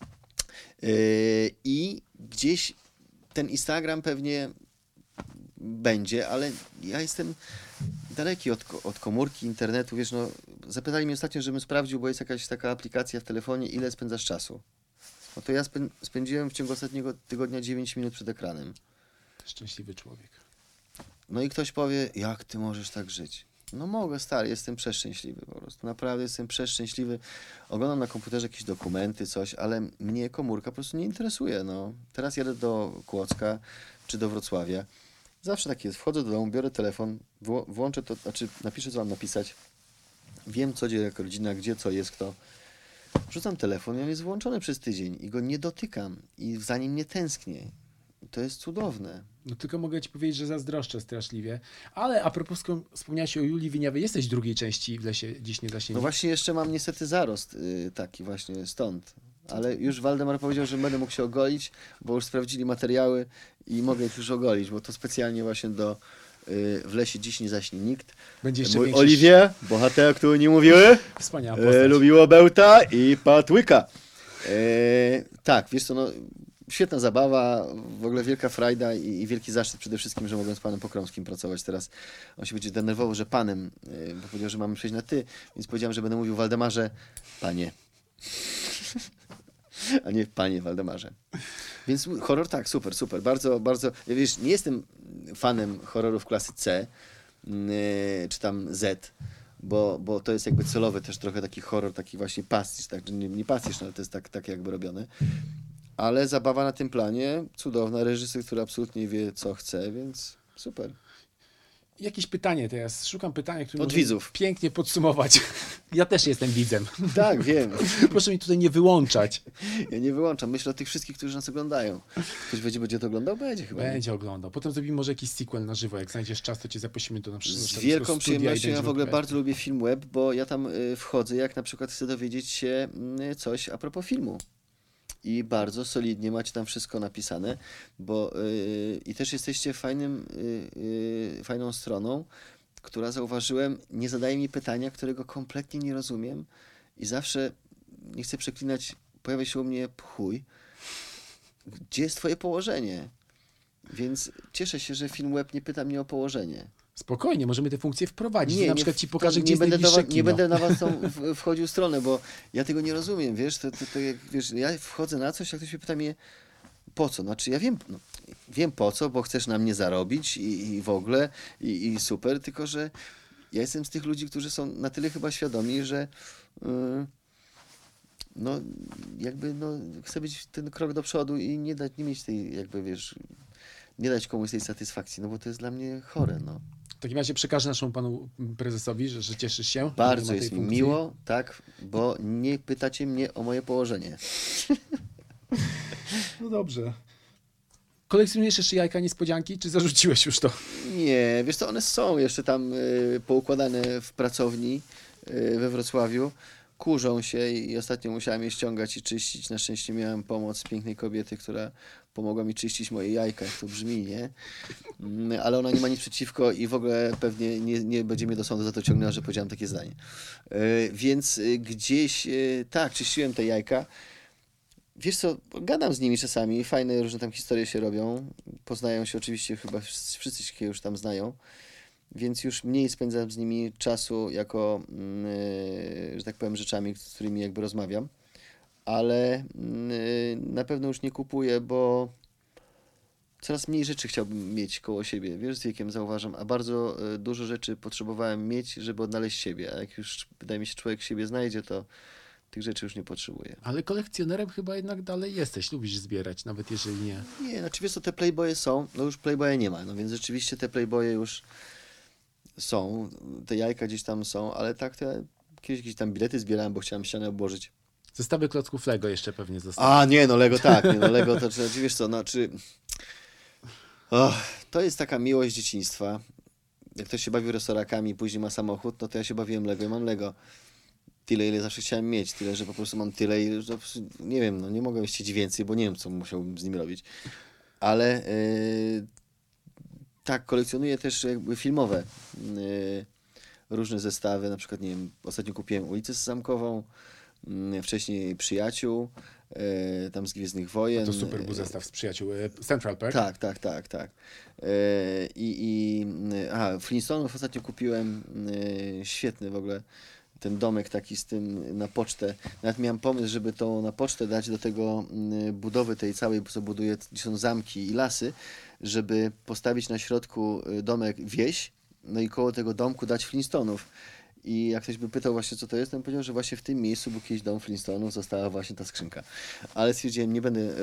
I gdzieś ten Instagram pewnie będzie, ale ja jestem daleki od komórki, internetu, wiesz, no, zapytali mnie ostatnio, żebym sprawdził, bo jest jakaś taka aplikacja w telefonie, ile spędzasz czasu. No to ja spędziłem w ciągu ostatniego tygodnia 9 minut przed ekranem. Szczęśliwy człowiek. No i ktoś powie, jak ty możesz tak żyć? No mogę, stary, jestem przeszczęśliwy po prostu. Naprawdę jestem przeszczęśliwy. Oglądam na komputerze jakieś dokumenty, coś, ale mnie komórka po prostu nie interesuje. No. Teraz jadę do Kłodzka czy do Wrocławia. Zawsze tak jest. Wchodzę do domu, biorę telefon, włączę to, znaczy napiszę, co mam napisać. Wiem, co dzieje jako rodzina, gdzie co jest, kto. Wrzucam telefon i on jest włączony przez tydzień i go nie dotykam i za nim nie tęsknię. To jest cudowne. No tylko mogę ci powiedzieć, że zazdroszczę straszliwie. Ale a propos, wspomniałeś o Julii Wieniawej, jesteś w drugiej części w lesie dziś nie zasięgnie. No właśnie jeszcze mam niestety zarost taki właśnie stąd. Ale już Waldemar powiedział, że będę mógł się ogolić, bo już sprawdzili materiały i mogę ich już ogolić, bo to specjalnie właśnie w lesie dziś nie zaśnie nikt. Będzie jeszcze Mój większy... Oliwie, bohater, który nie mówiły, Wspaniała postać. lubiło bełta i patłyka. Tak, wiesz co, no świetna zabawa, w ogóle wielka frajda i wielki zaszczyt przede wszystkim, że mogłem z panem Pokromskim pracować teraz. On się będzie denerwował, że panem, bo powiedział, że mamy przejść na ty, więc powiedziałem, że będę mówił Waldemarze, panie. A nie panie Waldemarze. Więc horror tak, super, super. Bardzo, bardzo. Ja wiesz, nie jestem fanem horrorów klasy C czy tam Z, bo to jest jakby celowy też trochę taki horror, taki właśnie pastisz, tak, nie pastisz, no, ale to jest tak jakby robione. Ale zabawa na tym planie, cudowna, reżyser, który absolutnie wie, co chce, więc super. Jakieś pytanie teraz. Szukam pytania, które Od może widzów. pięknie podsumować. Ja też jestem widzem. Tak, wiem. Proszę mi tutaj nie wyłączać. Ja nie wyłączam. Myślę o tych wszystkich, którzy nas oglądają. Ktoś będzie to oglądał? Będzie chyba. Będzie oglądał. Potem zrobimy może jakiś sequel na żywo. Jak znajdziesz czas, to cię zaprosimy do nas. Z wielką przyjemnością. Ja w ogóle bardzo lubię film web, bo ja tam wchodzę, jak na przykład chcę dowiedzieć się coś a propos filmu. I bardzo solidnie macie tam wszystko napisane, bo i też jesteście fajną stroną, która zauważyłem, nie zadaje mi pytania, którego kompletnie nie rozumiem i zawsze, nie chcę przeklinać, pojawia się u mnie chuj. Gdzie jest twoje położenie? Więc cieszę się, że film web nie pyta mnie o położenie. Spokojnie, możemy te funkcje wprowadzić. Na przykład ci pokażę, gdzie jest będę najbliższe kino. nie będę na was tą wchodził stronę, bo ja tego nie rozumiem, wiesz, to jak, wiesz, ja wchodzę na coś, a ktoś mnie pyta mnie, po co? Znaczy ja wiem, wiem po co, bo chcesz na mnie zarobić i w ogóle i super, tylko że ja jestem z tych ludzi, którzy są na tyle chyba świadomi, że no jakby chcę być ten krok do przodu i nie mieć tej jakby, wiesz, nie dać komuś tej satysfakcji, no bo to jest dla mnie chore, no. W takim razie przekażę naszemu panu prezesowi, że cieszysz się. Bardzo jest mi miło, tak, bo nie pytacie mnie o moje położenie. No dobrze. Kolekcjonujesz jeszcze jajka niespodzianki, czy zarzuciłeś już to? Nie, wiesz co, one są jeszcze tam poukładane w pracowni we Wrocławiu. Kurzą się i ostatnio musiałem je ściągać i czyścić. Na szczęście miałem pomoc pięknej kobiety, która pomogła mi czyścić moje jajka, jak to brzmi, nie? Ale ona nie ma nic przeciwko i w ogóle pewnie nie będzie mnie do sądu za to ciągnęła, że powiedziałem takie zdanie. Więc gdzieś, tak, czyściłem te jajka. Wiesz co, gadam z nimi czasami, fajne różne tam historie się robią. Poznają się oczywiście, chyba wszyscy się już tam znają. Więc już mniej spędzam z nimi czasu jako, że tak powiem, rzeczami, z którymi jakby rozmawiam. Ale na pewno już nie kupuję, bo coraz mniej rzeczy chciałbym mieć koło siebie. Wiesz, z wiekiem zauważam, a bardzo dużo rzeczy potrzebowałem mieć, żeby odnaleźć siebie. A jak już, wydaje mi się, człowiek siebie znajdzie, to tych rzeczy już nie potrzebuję. Ale kolekcjonerem chyba jednak dalej jesteś. Lubisz zbierać, nawet jeżeli nie. Nie, znaczy wiesz co, te Playboye są, no już Playboye nie ma, no więc rzeczywiście te Playboye już są, te jajka gdzieś tam są, ale tak to ja kiedyś tam bilety zbierałem, bo chciałem ścianę obłożyć. Zestawy klocków Lego jeszcze pewnie zostały. A, nie, no Lego tak, nie, no Lego to, wiesz co, znaczy... To jest taka miłość dzieciństwa. Jak ktoś się bawił resorakami, później ma samochód, no to ja się bawiłem Lego i mam Lego. Tyle, ile zawsze chciałem mieć, tyle, że po prostu mam tyle i że, nie wiem, no nie mogę chcieć więcej, bo nie wiem, co musiałbym z nim robić. Ale tak, kolekcjonuję też jakby filmowe różne zestawy, na przykład, nie wiem, ostatnio kupiłem Ulicę Sezamkową, wcześniej Przyjaciół, tam z Gwiezdnych Wojen. To super był zestaw z przyjaciół. Central Park. Tak. Flintstonów ostatnio kupiłem, świetny w ogóle. Ten domek taki z tym na pocztę. Nawet miałem pomysł, żeby to na pocztę dać do tego budowy tej całej, co buduje, gdzie są zamki i lasy, żeby postawić na środku domek wieś, no i koło tego domku dać Flintstonów. I jak ktoś by pytał właśnie, co to jest, to bym powiedział, że właśnie w tym miejscu był kiedyś dom Flintstonów, została właśnie ta skrzynka. Ale stwierdziłem, nie będę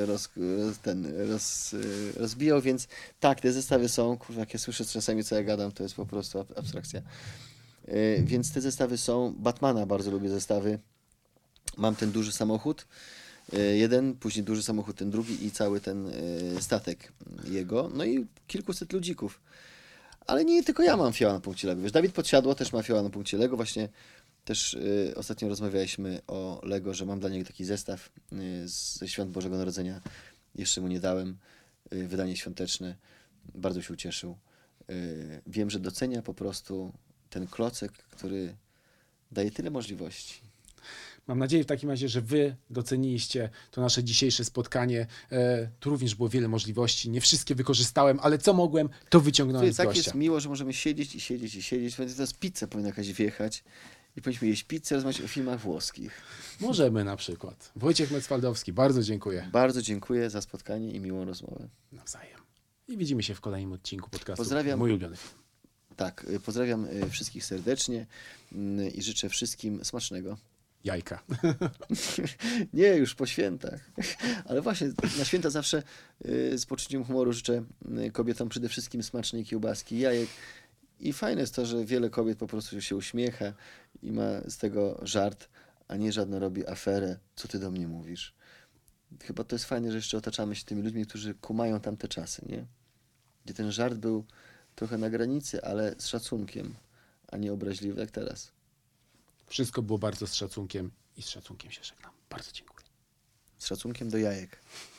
rozbijał, więc tak, te zestawy są, kurwa, jak ja słyszę czasami, co ja gadam, to jest po prostu abstrakcja. Więc te zestawy są. Batmana bardzo lubię zestawy. Mam ten duży samochód, jeden, później duży samochód, ten drugi i cały ten statek jego. No i kilkuset ludzików. Ale nie tylko ja mam fioła na punkcie Lego. Wiesz, Dawid Podsiadło też ma fioła na punkcie Lego. Właśnie też ostatnio rozmawialiśmy o Lego, że mam dla niego taki zestaw ze Świąt Bożego Narodzenia. Jeszcze mu nie dałem. Wydanie świąteczne. Bardzo się ucieszył. Wiem, że docenia po prostu ten klocek, który daje tyle możliwości. Mam nadzieję w takim razie, że wy doceniliście to nasze dzisiejsze spotkanie. Tu również było wiele możliwości. Nie wszystkie wykorzystałem, ale co mogłem, to wyciągnąłem z Tak gościa. jest miło, że możemy siedzieć i siedzieć i siedzieć. Teraz pizza powinna jakaś wjechać i powinniśmy jeść pizzę, rozmawiać o filmach włoskich. Możemy na przykład. Wojciech Mecwaldowski, bardzo dziękuję. Bardzo dziękuję za spotkanie i miłą rozmowę. Nawzajem. I widzimy się w kolejnym odcinku podcastu. Pozdrawiam. Mój ulubiony film. Tak, pozdrawiam wszystkich serdecznie i życzę wszystkim smacznego. Jajka. Nie, już po świętach. Ale właśnie na święta zawsze z poczuciem humoru życzę kobietom przede wszystkim smacznej kiełbaski, jajek. I fajne jest to, że wiele kobiet po prostu się uśmiecha i ma z tego żart, a nie żadno robi aferę. Co ty do mnie mówisz? Chyba to jest fajne, że jeszcze otaczamy się tymi ludźmi, którzy kumają tamte czasy, nie? Gdzie ten żart był trochę na granicy, ale z szacunkiem, a nie obraźliwy jak teraz. Wszystko było bardzo z szacunkiem i z szacunkiem się żegnam. Bardzo dziękuję. Z szacunkiem do jajek.